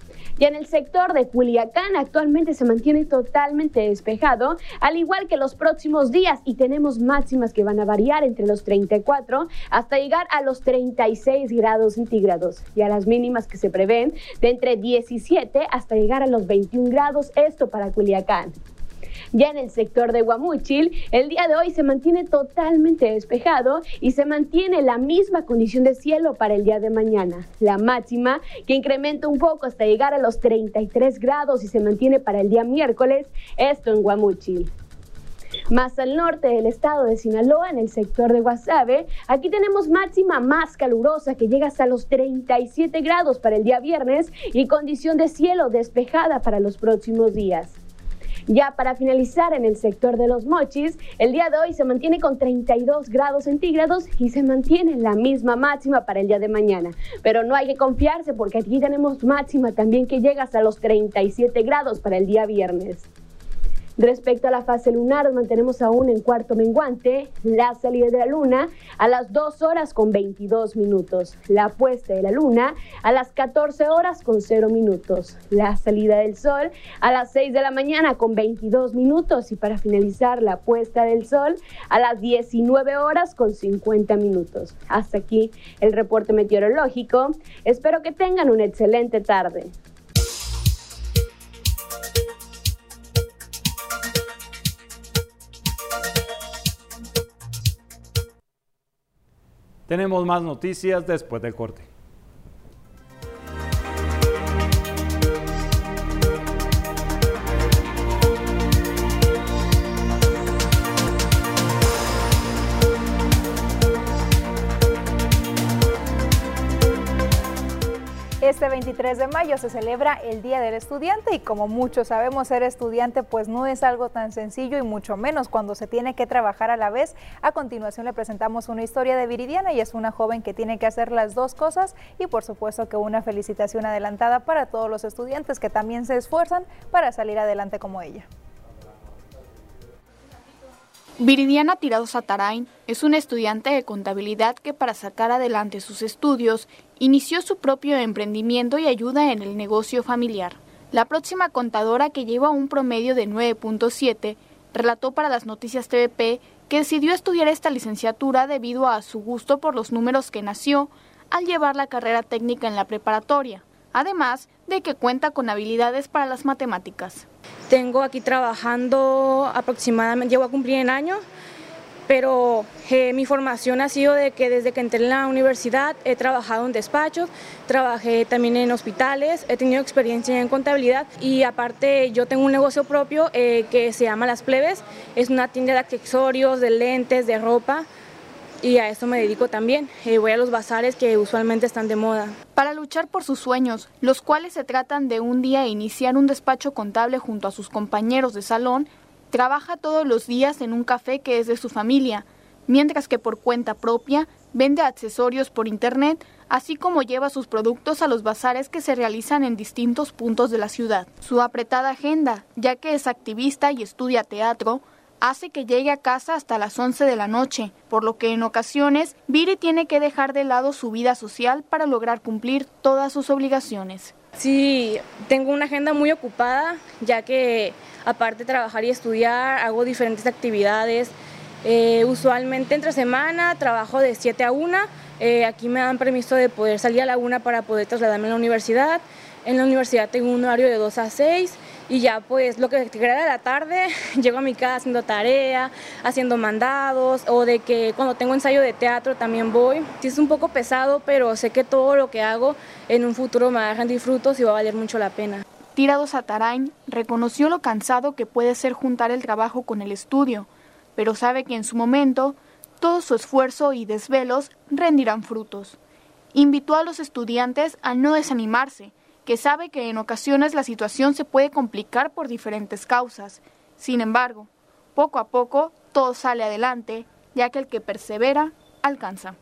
Y en el sector de Culiacán actualmente se mantiene totalmente despejado, al igual que los próximos días, y tenemos máximas que van a variar entre los treinta y cuatro hasta llegar a los treinta y seis grados centígrados, y a las mínimas que se prevén de entre diecisiete hasta llegar a los veintiún grados, esto para Culiacán. Ya en el sector de Guamúchil, el día de hoy se mantiene totalmente despejado y se mantiene la misma condición de cielo para el día de mañana. La máxima que incrementa un poco hasta llegar a los treinta y tres grados y se mantiene para el día miércoles, esto en Guamúchil. Más al norte del estado de Sinaloa, en el sector de Guasave, aquí tenemos máxima más calurosa que llega hasta los treinta y siete grados para el día viernes y condición de cielo despejada para los próximos días. Ya para finalizar, en el sector de Los Mochis, el día de hoy se mantiene con treinta y dos grados centígrados y se mantiene la misma máxima para el día de mañana. Pero no hay que confiarse porque aquí tenemos máxima también que llega hasta los treinta y siete grados para el día viernes. Respecto a la fase lunar, mantenemos aún en cuarto menguante la salida de la luna a las dos horas con veintidós minutos, la puesta de la luna a las catorce horas con cero minutos, la salida del sol a las seis de la mañana con veintidós minutos y para finalizar la puesta del sol a las diecinueve horas con cincuenta minutos. Hasta aquí el reporte meteorológico. Espero que tengan una excelente tarde. Tenemos más noticias después del corte. Este veintitrés de mayo se celebra el Día del Estudiante y como muchos sabemos, ser estudiante pues no es algo tan sencillo y mucho menos cuando se tiene que trabajar a la vez. A continuación le presentamos una historia de Viridiana y es una joven que tiene que hacer las dos cosas y por supuesto que una felicitación adelantada para todos los estudiantes que también se esfuerzan para salir adelante como ella. Viridiana Tirado Satarain es una estudiante de contabilidad que para sacar adelante sus estudios inició su propio emprendimiento y ayuda en el negocio familiar. La próxima contadora, que lleva un promedio de nueve punto siete, relató para las Noticias T V P que decidió estudiar esta licenciatura debido a su gusto por los números que nació al llevar la carrera técnica en la preparatoria, además de que cuenta con habilidades para las matemáticas. Tengo aquí trabajando aproximadamente, llevo a cumplir en año, pero eh, mi formación ha sido de que desde que entré en la universidad he trabajado en despachos, trabajé también en hospitales, he tenido experiencia en contabilidad y aparte yo tengo un negocio propio eh, que se llama Las Plebes, es una tienda de accesorios, de lentes, de ropa. Y a eso me dedico también, eh, voy a los bazares que usualmente están de moda. Para luchar por sus sueños, los cuales se tratan de un día iniciar un despacho contable junto a sus compañeros de salón, trabaja todos los días en un café que es de su familia, mientras que por cuenta propia vende accesorios por internet, así como lleva sus productos a los bazares que se realizan en distintos puntos de la ciudad. Su apretada agenda, ya que es activista y estudia teatro, hace que llegue a casa hasta las once de la noche, por lo que en ocasiones Viri tiene que dejar de lado su vida social para lograr cumplir todas sus obligaciones. Sí, tengo una agenda muy ocupada, ya que aparte de trabajar y estudiar, hago diferentes actividades. Eh, usualmente entre semana trabajo de siete a una, eh, aquí me dan permiso de poder salir a la una para poder trasladarme a la universidad. En la universidad tengo un horario de dos a seis y ya pues lo que queda de la tarde llego a mi casa haciendo tarea, haciendo mandados o de que cuando tengo ensayo de teatro también voy. Sí es un poco pesado, pero sé que todo lo que hago en un futuro me va a dejar disfrutos y va a valer mucho la pena. Tirado Satarain reconoció lo cansado que puede ser juntar el trabajo con el estudio, pero sabe que en su momento todo su esfuerzo y desvelos rendirán frutos. Invitó a los estudiantes a no desanimarse, que sabe que en ocasiones la situación se puede complicar por diferentes causas. Sin embargo, poco a poco todo sale adelante, ya que el que persevera, alcanza.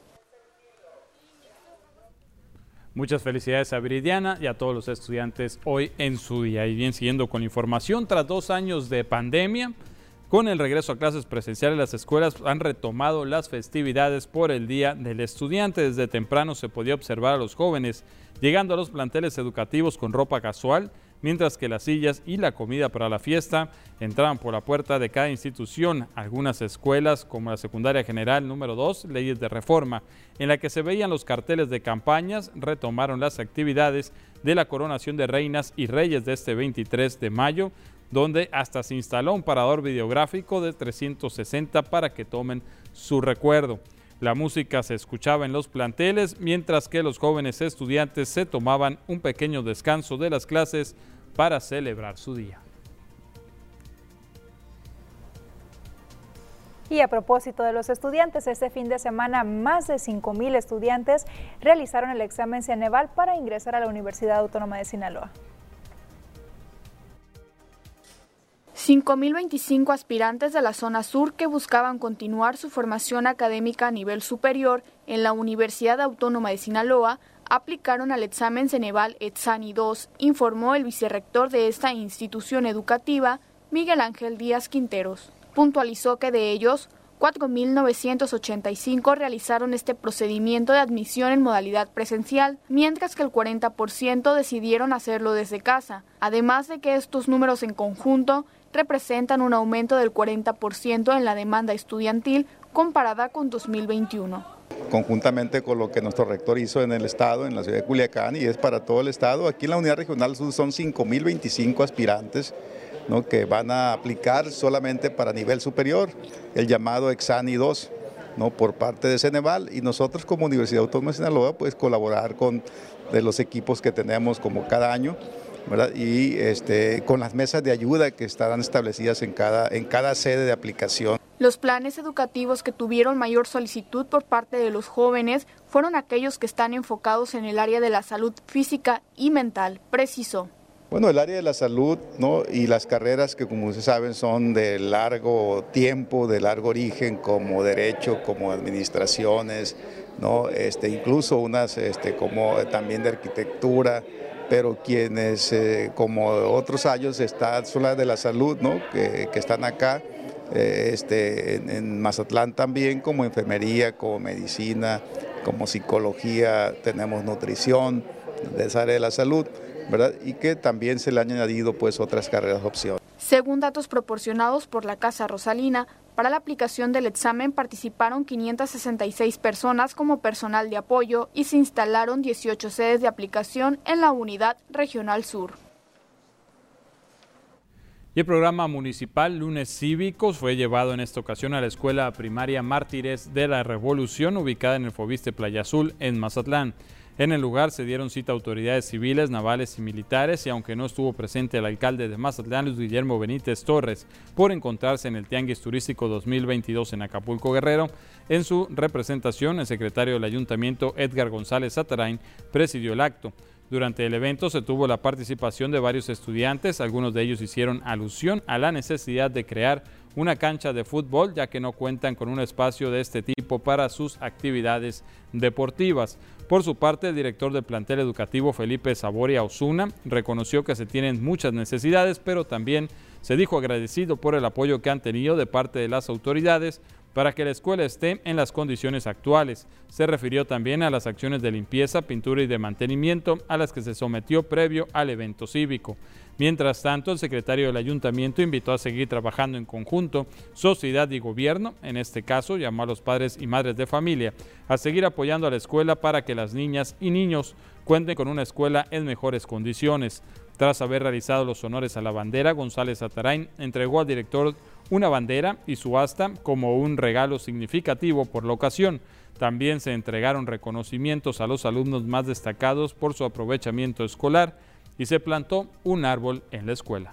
Muchas felicidades a Viridiana y a todos los estudiantes hoy en su día. Y bien, siguiendo con la información, tras dos años de pandemia, con el regreso a clases presenciales, las escuelas han retomado las festividades por el Día del Estudiante. Desde temprano se podía observar a los jóvenes llegando a los planteles educativos con ropa casual, mientras que las sillas y la comida para la fiesta entraban por la puerta de cada institución. Algunas escuelas, como la Secundaria General número dos, Leyes de Reforma, en la que se veían los carteles de campañas, retomaron las actividades de la coronación de reinas y reyes de este veintitrés de mayo, donde hasta se instaló un parador videográfico de trescientos sesenta para que tomen su recuerdo. La música se escuchaba en los planteles, mientras que los jóvenes estudiantes se tomaban un pequeño descanso de las clases para celebrar su día. Y a propósito de los estudiantes, este fin de semana más de cinco mil estudiantes realizaron el examen Ceneval para ingresar a la Universidad Autónoma de Sinaloa. cinco mil veinticinco aspirantes de la zona sur que buscaban continuar su formación académica a nivel superior en la Universidad Autónoma de Sinaloa aplicaron al examen Ceneval ETSANI dos, informó el vicerrector de esta institución educativa, Miguel Ángel Díaz Quinteros. Puntualizó que de ellos, cuatro mil novecientos ochenta y cinco realizaron este procedimiento de admisión en modalidad presencial, mientras que el cuarenta por ciento decidieron hacerlo desde casa, además de que estos números en conjunto representan un aumento del cuarenta por ciento en la demanda estudiantil comparada con dos mil veintiuno. Conjuntamente con lo que nuestro rector hizo en el estado, en la ciudad de Culiacán, y es para todo el estado. Aquí en la unidad regional sur son cinco mil veinticinco aspirantes, ¿no?, que van a aplicar solamente para nivel superior, el llamado ETSANI dos, ¿no?, por parte de Ceneval, y nosotros como Universidad Autónoma de Sinaloa pues colaborar con de los equipos que tenemos como cada año, ¿verdad? Y este, con las mesas de ayuda que estarán establecidas en cada, en cada sede de aplicación. Los planes educativos que tuvieron mayor solicitud por parte de los jóvenes fueron aquellos que están enfocados en el área de la salud física y mental, precisó. Bueno, el área de la salud, ¿no?, y las carreras que, como ustedes saben, son de largo tiempo, de largo origen, como derecho, como administraciones, ¿no?, este, incluso unas este, como también de arquitectura, pero quienes, eh, como otros años, están, son las de la salud, ¿no?, que, que están acá, eh, este, en, en Mazatlán también, como enfermería, como medicina, como psicología, tenemos nutrición, de esa área de la salud, ¿verdad? Y que también se le han añadido pues otras carreras de opción. Según datos proporcionados por la Casa Rosalina, para la aplicación del examen participaron quinientas sesenta y seis personas como personal de apoyo y se instalaron dieciocho sedes de aplicación en la Unidad Regional Sur. Y el programa municipal Lunes Cívicos fue llevado en esta ocasión a la Escuela Primaria Mártires de la Revolución, ubicada en el Fobiste Playa Azul, en Mazatlán. En el lugar se dieron cita autoridades civiles, navales y militares, y aunque no estuvo presente el alcalde de Mazatlán, Luis Guillermo Benítez Torres, por encontrarse en el Tianguis Turístico dos mil veintidós en Acapulco, Guerrero, en su representación, el secretario del Ayuntamiento, Edgar González Satarain, presidió el acto. Durante el evento se tuvo la participación de varios estudiantes, algunos de ellos hicieron alusión a la necesidad de crear una cancha de fútbol, ya que no cuentan con un espacio de este tipo para sus actividades deportivas. Por su parte, el director del plantel educativo, Felipe Saboria Osuna, reconoció que se tienen muchas necesidades, pero también se dijo agradecido por el apoyo que han tenido de parte de las autoridades para que la escuela esté en las condiciones actuales. Se refirió también a las acciones de limpieza, pintura y de mantenimiento a las que se sometió previo al evento cívico. Mientras tanto, el secretario del ayuntamiento invitó a seguir trabajando en conjunto, sociedad y gobierno. En este caso, llamó a los padres y madres de familia a seguir apoyando a la escuela para que las niñas y niños cuenten con una escuela en mejores condiciones. Tras haber realizado los honores a la bandera, González Atarain entregó al director una bandera y su asta como un regalo significativo por la ocasión. También se entregaron reconocimientos a los alumnos más destacados por su aprovechamiento escolar y se plantó un árbol en la escuela.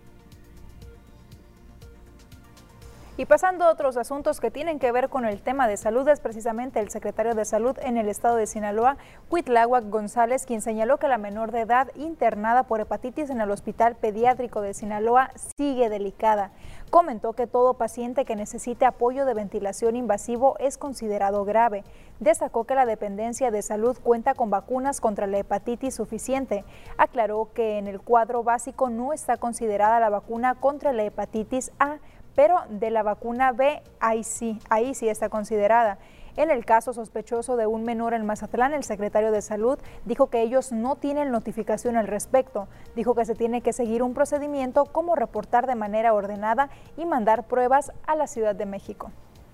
Y pasando a otros asuntos que tienen que ver con el tema de salud, es precisamente el secretario de Salud en el estado de Sinaloa, Cuitláhuac González, quien señaló que la menor de edad internada por hepatitis en el Hospital Pediátrico de Sinaloa sigue delicada. Comentó que todo paciente que necesite apoyo de ventilación invasivo es considerado grave. Destacó que la dependencia de salud cuenta con vacunas contra la hepatitis suficiente. Aclaró que en el cuadro básico no está considerada la vacuna contra la hepatitis A, pero de la vacuna B, ahí sí, ahí sí está considerada. En el caso sospechoso de un menor en Mazatlán, el secretario de Salud dijo que ellos no tienen notificación al respecto. Dijo que se tiene que seguir un procedimiento como reportar de manera ordenada y mandar pruebas a la Ciudad de México.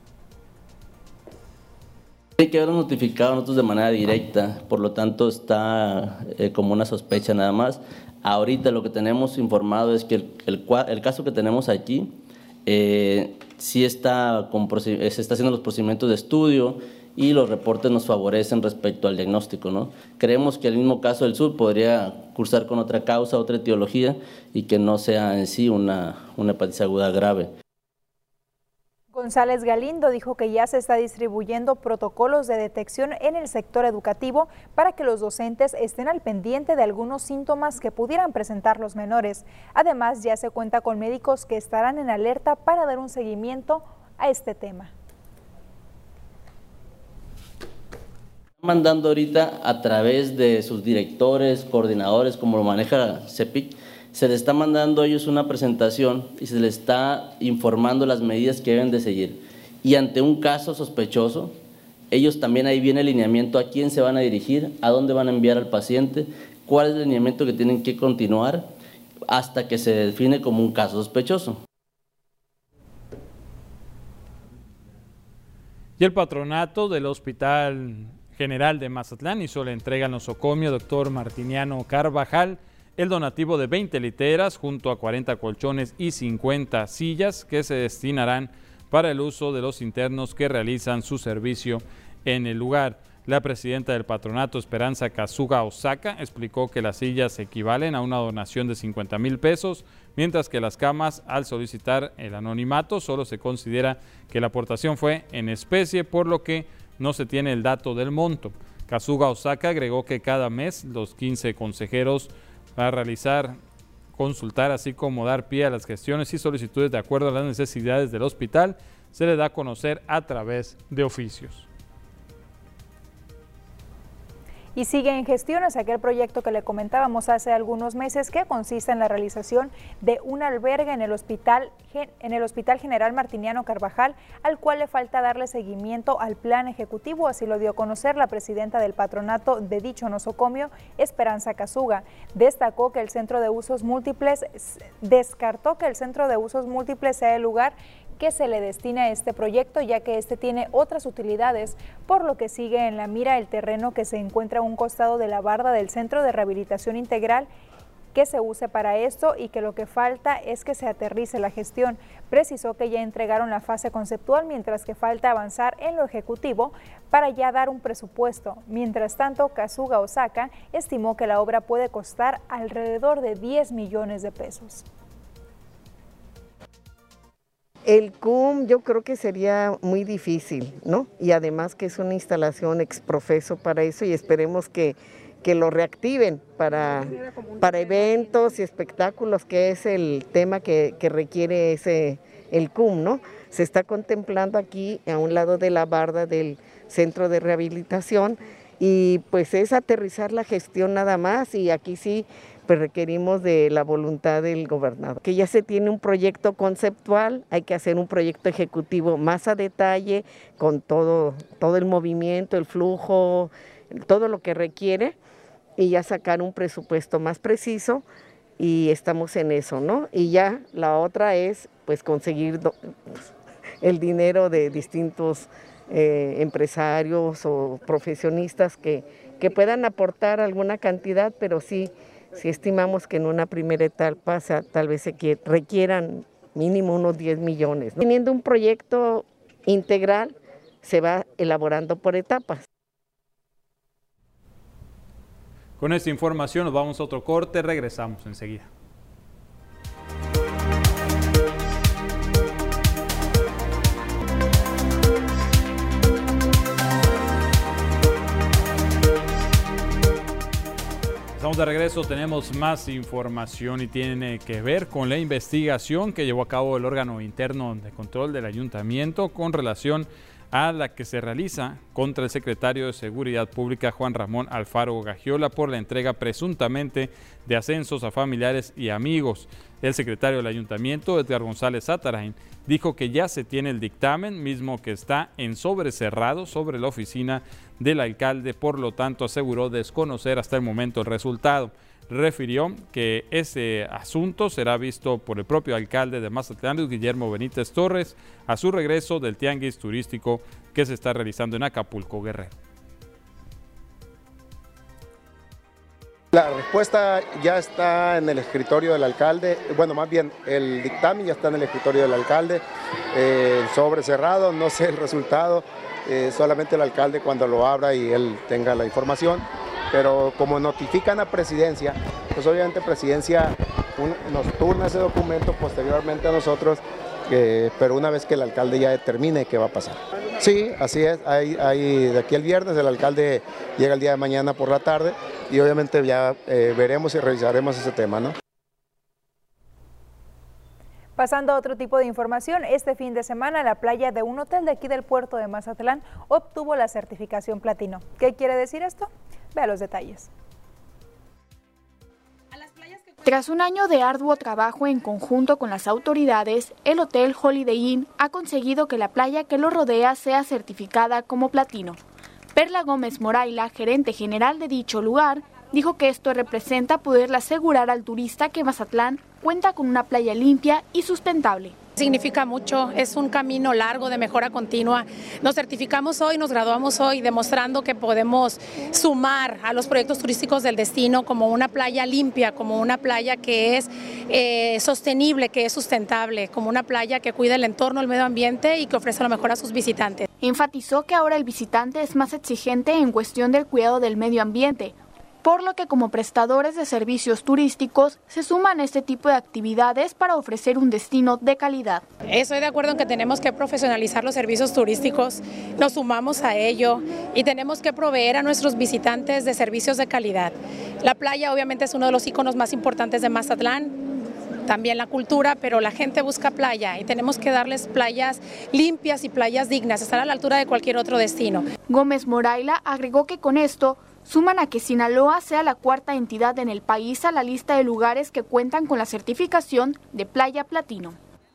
Tiene que haber notificado a nosotros de manera directa, por lo tanto está eh, como una sospecha nada más. Ahorita lo que tenemos informado es que el, el, el caso que tenemos aquí, Eh, sí está, con, se está haciendo los procedimientos de estudio y los reportes nos favorecen respecto al diagnóstico, ¿no? Creemos que el mismo caso del sur podría cursar con otra causa, otra etiología y que no sea en sí una, una hepatitis aguda grave. González Galindo dijo que ya se está distribuyendo protocolos de detección en el sector educativo para que los docentes estén al pendiente de algunos síntomas que pudieran presentar los menores. Además, ya se cuenta con médicos que estarán en alerta para dar un seguimiento a este tema. Mandando ahorita a través de sus directores, coordinadores, como lo maneja CEPIC, se les está mandando a ellos una presentación y se les está informando las medidas que deben de seguir. Y ante un caso sospechoso, ellos también ahí viene el lineamiento a quién se van a dirigir, a dónde van a enviar al paciente, cuál es el lineamiento que tienen que continuar hasta que se define como un caso sospechoso. Y el patronato del Hospital General de Mazatlán hizo la entrega al nosocomio doctor Martiniano Carvajal el donativo de veinte literas junto a cuarenta colchones y cincuenta sillas que se destinarán para el uso de los internos que realizan su servicio en el lugar. La presidenta del patronato, Esperanza Kazuga Osaka, explicó que las sillas equivalen a una donación de cincuenta mil pesos, mientras que las camas, al solicitar el anonimato, solo se considera que la aportación fue en especie, por lo que no se tiene el dato del monto. Kazuga Osaka agregó que cada mes los quince consejeros a realizar, consultar, así como dar pie a las gestiones y solicitudes de acuerdo a las necesidades del hospital, se le da a conocer a través de oficios. Y sigue en gestiones aquel proyecto que le comentábamos hace algunos meses, que consiste en la realización de un albergue en el Hospital, en el Hospital General Martiniano Carvajal, al cual le falta darle seguimiento al plan ejecutivo. Así lo dio a conocer la presidenta del patronato de dicho nosocomio, Esperanza Kazuga. Destacó que el centro de usos múltiples, descartó que el centro de usos múltiples sea el lugar que se le destina a este proyecto, ya que este tiene otras utilidades, por lo que sigue en la mira el terreno que se encuentra a un costado de la barda del Centro de Rehabilitación Integral, que se use para esto y que lo que falta es que se aterrice la gestión. Precisó que ya entregaron la fase conceptual, mientras que falta avanzar en lo ejecutivo para ya dar un presupuesto. Mientras tanto, Kazuga Osaka estimó que la obra puede costar alrededor de diez millones de pesos. El C U M yo creo que sería muy difícil, ¿no? Y además que es una instalación exprofeso para eso y esperemos que, que lo reactiven para, para eventos y espectáculos, que es el tema que, que requiere ese, el C U M, ¿no? Se está contemplando aquí a un lado de la barda del centro de rehabilitación y pues es aterrizar la gestión nada más, y aquí sí pues requerimos de la voluntad del gobernador. Que ya se tiene un proyecto conceptual, hay que hacer un proyecto ejecutivo más a detalle con todo, todo el movimiento, el flujo, todo lo que requiere, y ya sacar un presupuesto más preciso, y estamos en eso, ¿no? Y ya la otra es pues conseguir do, el dinero de distintos eh, empresarios o profesionistas que, que puedan aportar alguna cantidad, pero sí, sí estimamos que en una primera etapa o sea, tal vez se requieran mínimo unos diez millones, ¿no? Teniendo un proyecto integral, se va elaborando por etapas. Con esta información nos vamos a otro corte, regresamos enseguida. Estamos de regreso, tenemos más información y tiene que ver con la investigación que llevó a cabo el órgano interno de control del ayuntamiento con relación a la que se realiza contra el secretario de Seguridad Pública Juan Ramón Alfaro Gagiola por la entrega presuntamente de ascensos a familiares y amigos. El secretario del ayuntamiento, Edgar González Atarain, dijo que ya se tiene el dictamen, mismo que está en sobrecerrado sobre la oficina del alcalde, por lo tanto aseguró desconocer hasta el momento el resultado. Refirió que ese asunto será visto por el propio alcalde de Mazatlán, Guillermo Benítez Torres, a su regreso del tianguis turístico que se está realizando en Acapulco, Guerrero. La respuesta ya está en el escritorio del alcalde, bueno, más bien el dictamen ya está en el escritorio del alcalde, eh, sobre cerrado, no sé el resultado, eh, solamente el alcalde cuando lo abra y él tenga la información. Pero como notifican a presidencia, pues obviamente presidencia un, nos turna ese documento posteriormente a nosotros, eh, pero una vez que el alcalde ya determine qué va a pasar. Sí, así es, hay, hay, de aquí el viernes el alcalde llega el día de mañana por la tarde y obviamente ya eh, veremos y revisaremos ese tema, ¿no? Pasando a otro tipo de información, este fin de semana la playa de un hotel de aquí del puerto de Mazatlán obtuvo la certificación platino. ¿Qué quiere decir esto? Vea los detalles. Tras un año de arduo trabajo en conjunto con las autoridades, el hotel Holiday Inn ha conseguido que la playa que lo rodea sea certificada como platino. Perla Gómez Moraila, gerente general de dicho lugar, dijo que esto representa poderle asegurar al turista que Mazatlán cuenta con una playa limpia y sustentable. Significa mucho, es un camino largo de mejora continua. Nos certificamos hoy, nos graduamos hoy, demostrando que podemos sumar a los proyectos turísticos del destino como una playa limpia, como una playa que es eh, sostenible, que es sustentable, como una playa que cuida el entorno, el medio ambiente y que ofrece lo mejor a sus visitantes. Enfatizó que ahora el visitante es más exigente en cuestión del cuidado del medio ambiente, por lo que como prestadores de servicios turísticos se suman a este tipo de actividades para ofrecer un destino de calidad. Estoy de acuerdo en que tenemos que profesionalizar los servicios turísticos, nos sumamos a ello y tenemos que proveer a nuestros visitantes de servicios de calidad. La playa obviamente es uno de los íconos más importantes de Mazatlán, también la cultura, pero la gente busca playa y tenemos que darles playas limpias y playas dignas, estar a la altura de cualquier otro destino. Gómez Moraila agregó que con esto suman a que Sinaloa sea la cuarta entidad en el país a la lista de lugares que cuentan con la certificación de Playa Platino.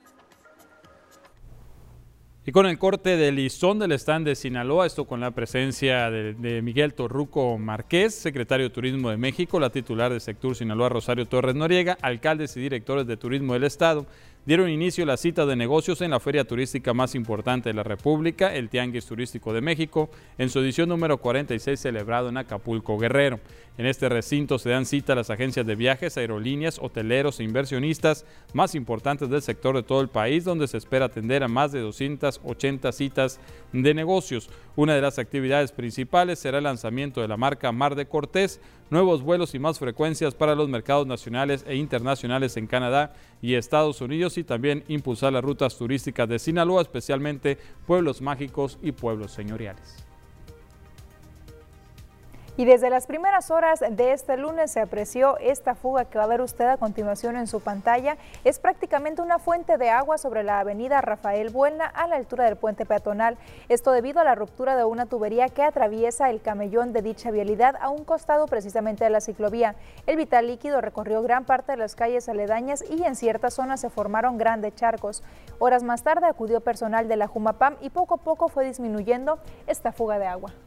Y con el corte de listón del stand de Sinaloa, esto con la presencia de, de Miguel Torruco Márquez, secretario de Turismo de México, la titular de Sectur Sinaloa Rosario Torres Noriega, alcaldes y directores de turismo del estado, dieron inicio a la cita de negocios en la feria turística más importante de la República, el Tianguis Turístico de México, en su edición número cuarenta y seis celebrado en Acapulco, Guerrero. En este recinto se dan cita las agencias de viajes, aerolíneas, hoteleros e inversionistas más importantes del sector de todo el país, donde se espera atender a más de doscientas ochenta citas de negocios. Una de las actividades principales será el lanzamiento de la marca Mar de Cortés, nuevos vuelos y más frecuencias para los mercados nacionales e internacionales en Canadá y Estados Unidos, y también impulsar las rutas turísticas de Sinaloa, especialmente pueblos mágicos y pueblos señoriales. Y desde las primeras horas de este lunes se apreció esta fuga que va a ver usted a continuación en su pantalla. Es prácticamente una fuente de agua sobre la avenida Rafael Buelna a la altura del puente peatonal. Esto debido a la ruptura de una tubería que atraviesa el camellón de dicha vialidad a un costado precisamente de la ciclovía. El vital líquido recorrió gran parte de las calles aledañas y en ciertas zonas se formaron grandes charcos. Horas más tarde acudió personal de la Jumapam y poco a poco fue disminuyendo esta fuga de agua.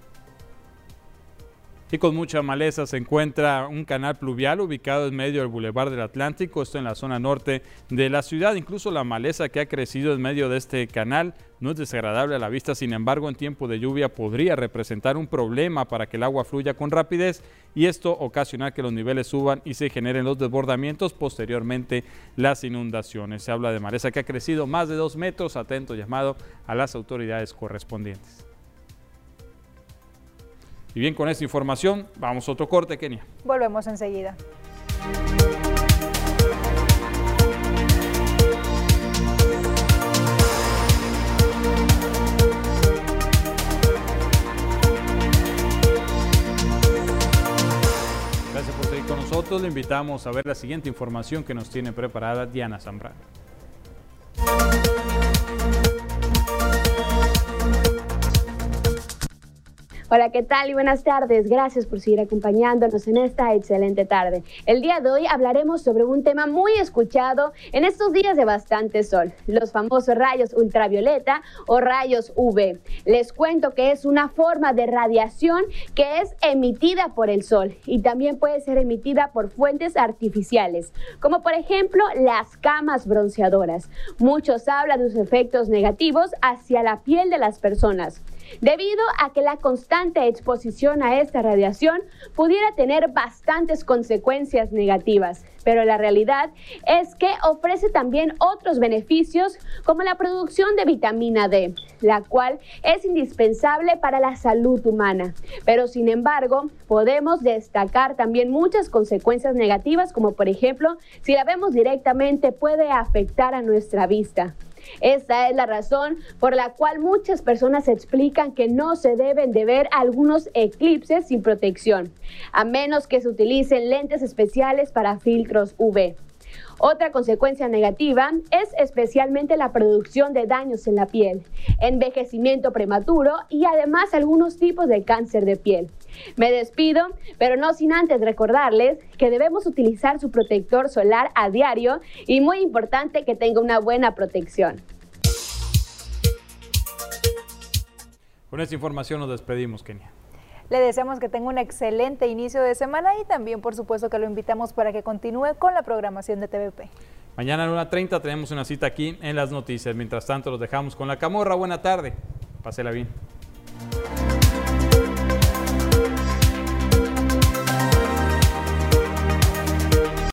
Y con mucha maleza se encuentra un canal pluvial ubicado en medio del Boulevard del Atlántico, esto en la zona norte de la ciudad. Incluso la maleza que ha crecido en medio de este canal no es desagradable a la vista, sin embargo en tiempo de lluvia podría representar un problema para que el agua fluya con rapidez y esto ocasionar que los niveles suban y se generen los desbordamientos, posteriormente las inundaciones. Se habla de maleza que ha crecido más de dos metros, atento llamado a las autoridades correspondientes. Y bien, con esta información, vamos a otro corte, Kenia. Volvemos enseguida. Gracias por seguir con nosotros. Le invitamos a ver la siguiente información que nos tiene preparada Diana Zambrano. Hola, ¿qué tal? Y buenas tardes. Gracias por seguir acompañándonos en esta excelente tarde. El día de hoy hablaremos sobre un tema muy escuchado en estos días de bastante sol, los famosos rayos ultravioleta o rayos U V. Les cuento que es una forma de radiación que es emitida por el sol y también puede ser emitida por fuentes artificiales, como por ejemplo las camas bronceadoras. Muchos hablan de sus efectos negativos hacia la piel de las personas, debido a que la constante exposición a esta radiación pudiera tener bastantes consecuencias negativas, pero la realidad es que ofrece también otros beneficios como la producción de vitamina D, la cual es indispensable para la salud humana. Pero sin embargo, podemos destacar también muchas consecuencias negativas, como por ejemplo, si la vemos directamente puede afectar a nuestra vista. Esta es la razón por la cual muchas personas explican que no se deben de ver algunos eclipses sin protección, a menos que se utilicen lentes especiales para filtros U V. Otra consecuencia negativa es especialmente la producción de daños en la piel, envejecimiento prematuro y además algunos tipos de cáncer de piel. Me despido, pero no sin antes recordarles que debemos utilizar su protector solar a diario y muy importante que tenga una buena protección. Con esta información nos despedimos, Kenia. Le deseamos que tenga un excelente inicio de semana y también, por supuesto, que lo invitamos para que continúe con la programación de T V P. Mañana a la una treinta tenemos una cita aquí en las noticias. Mientras tanto, los dejamos con La Camorra. Buena tarde. Pásela bien.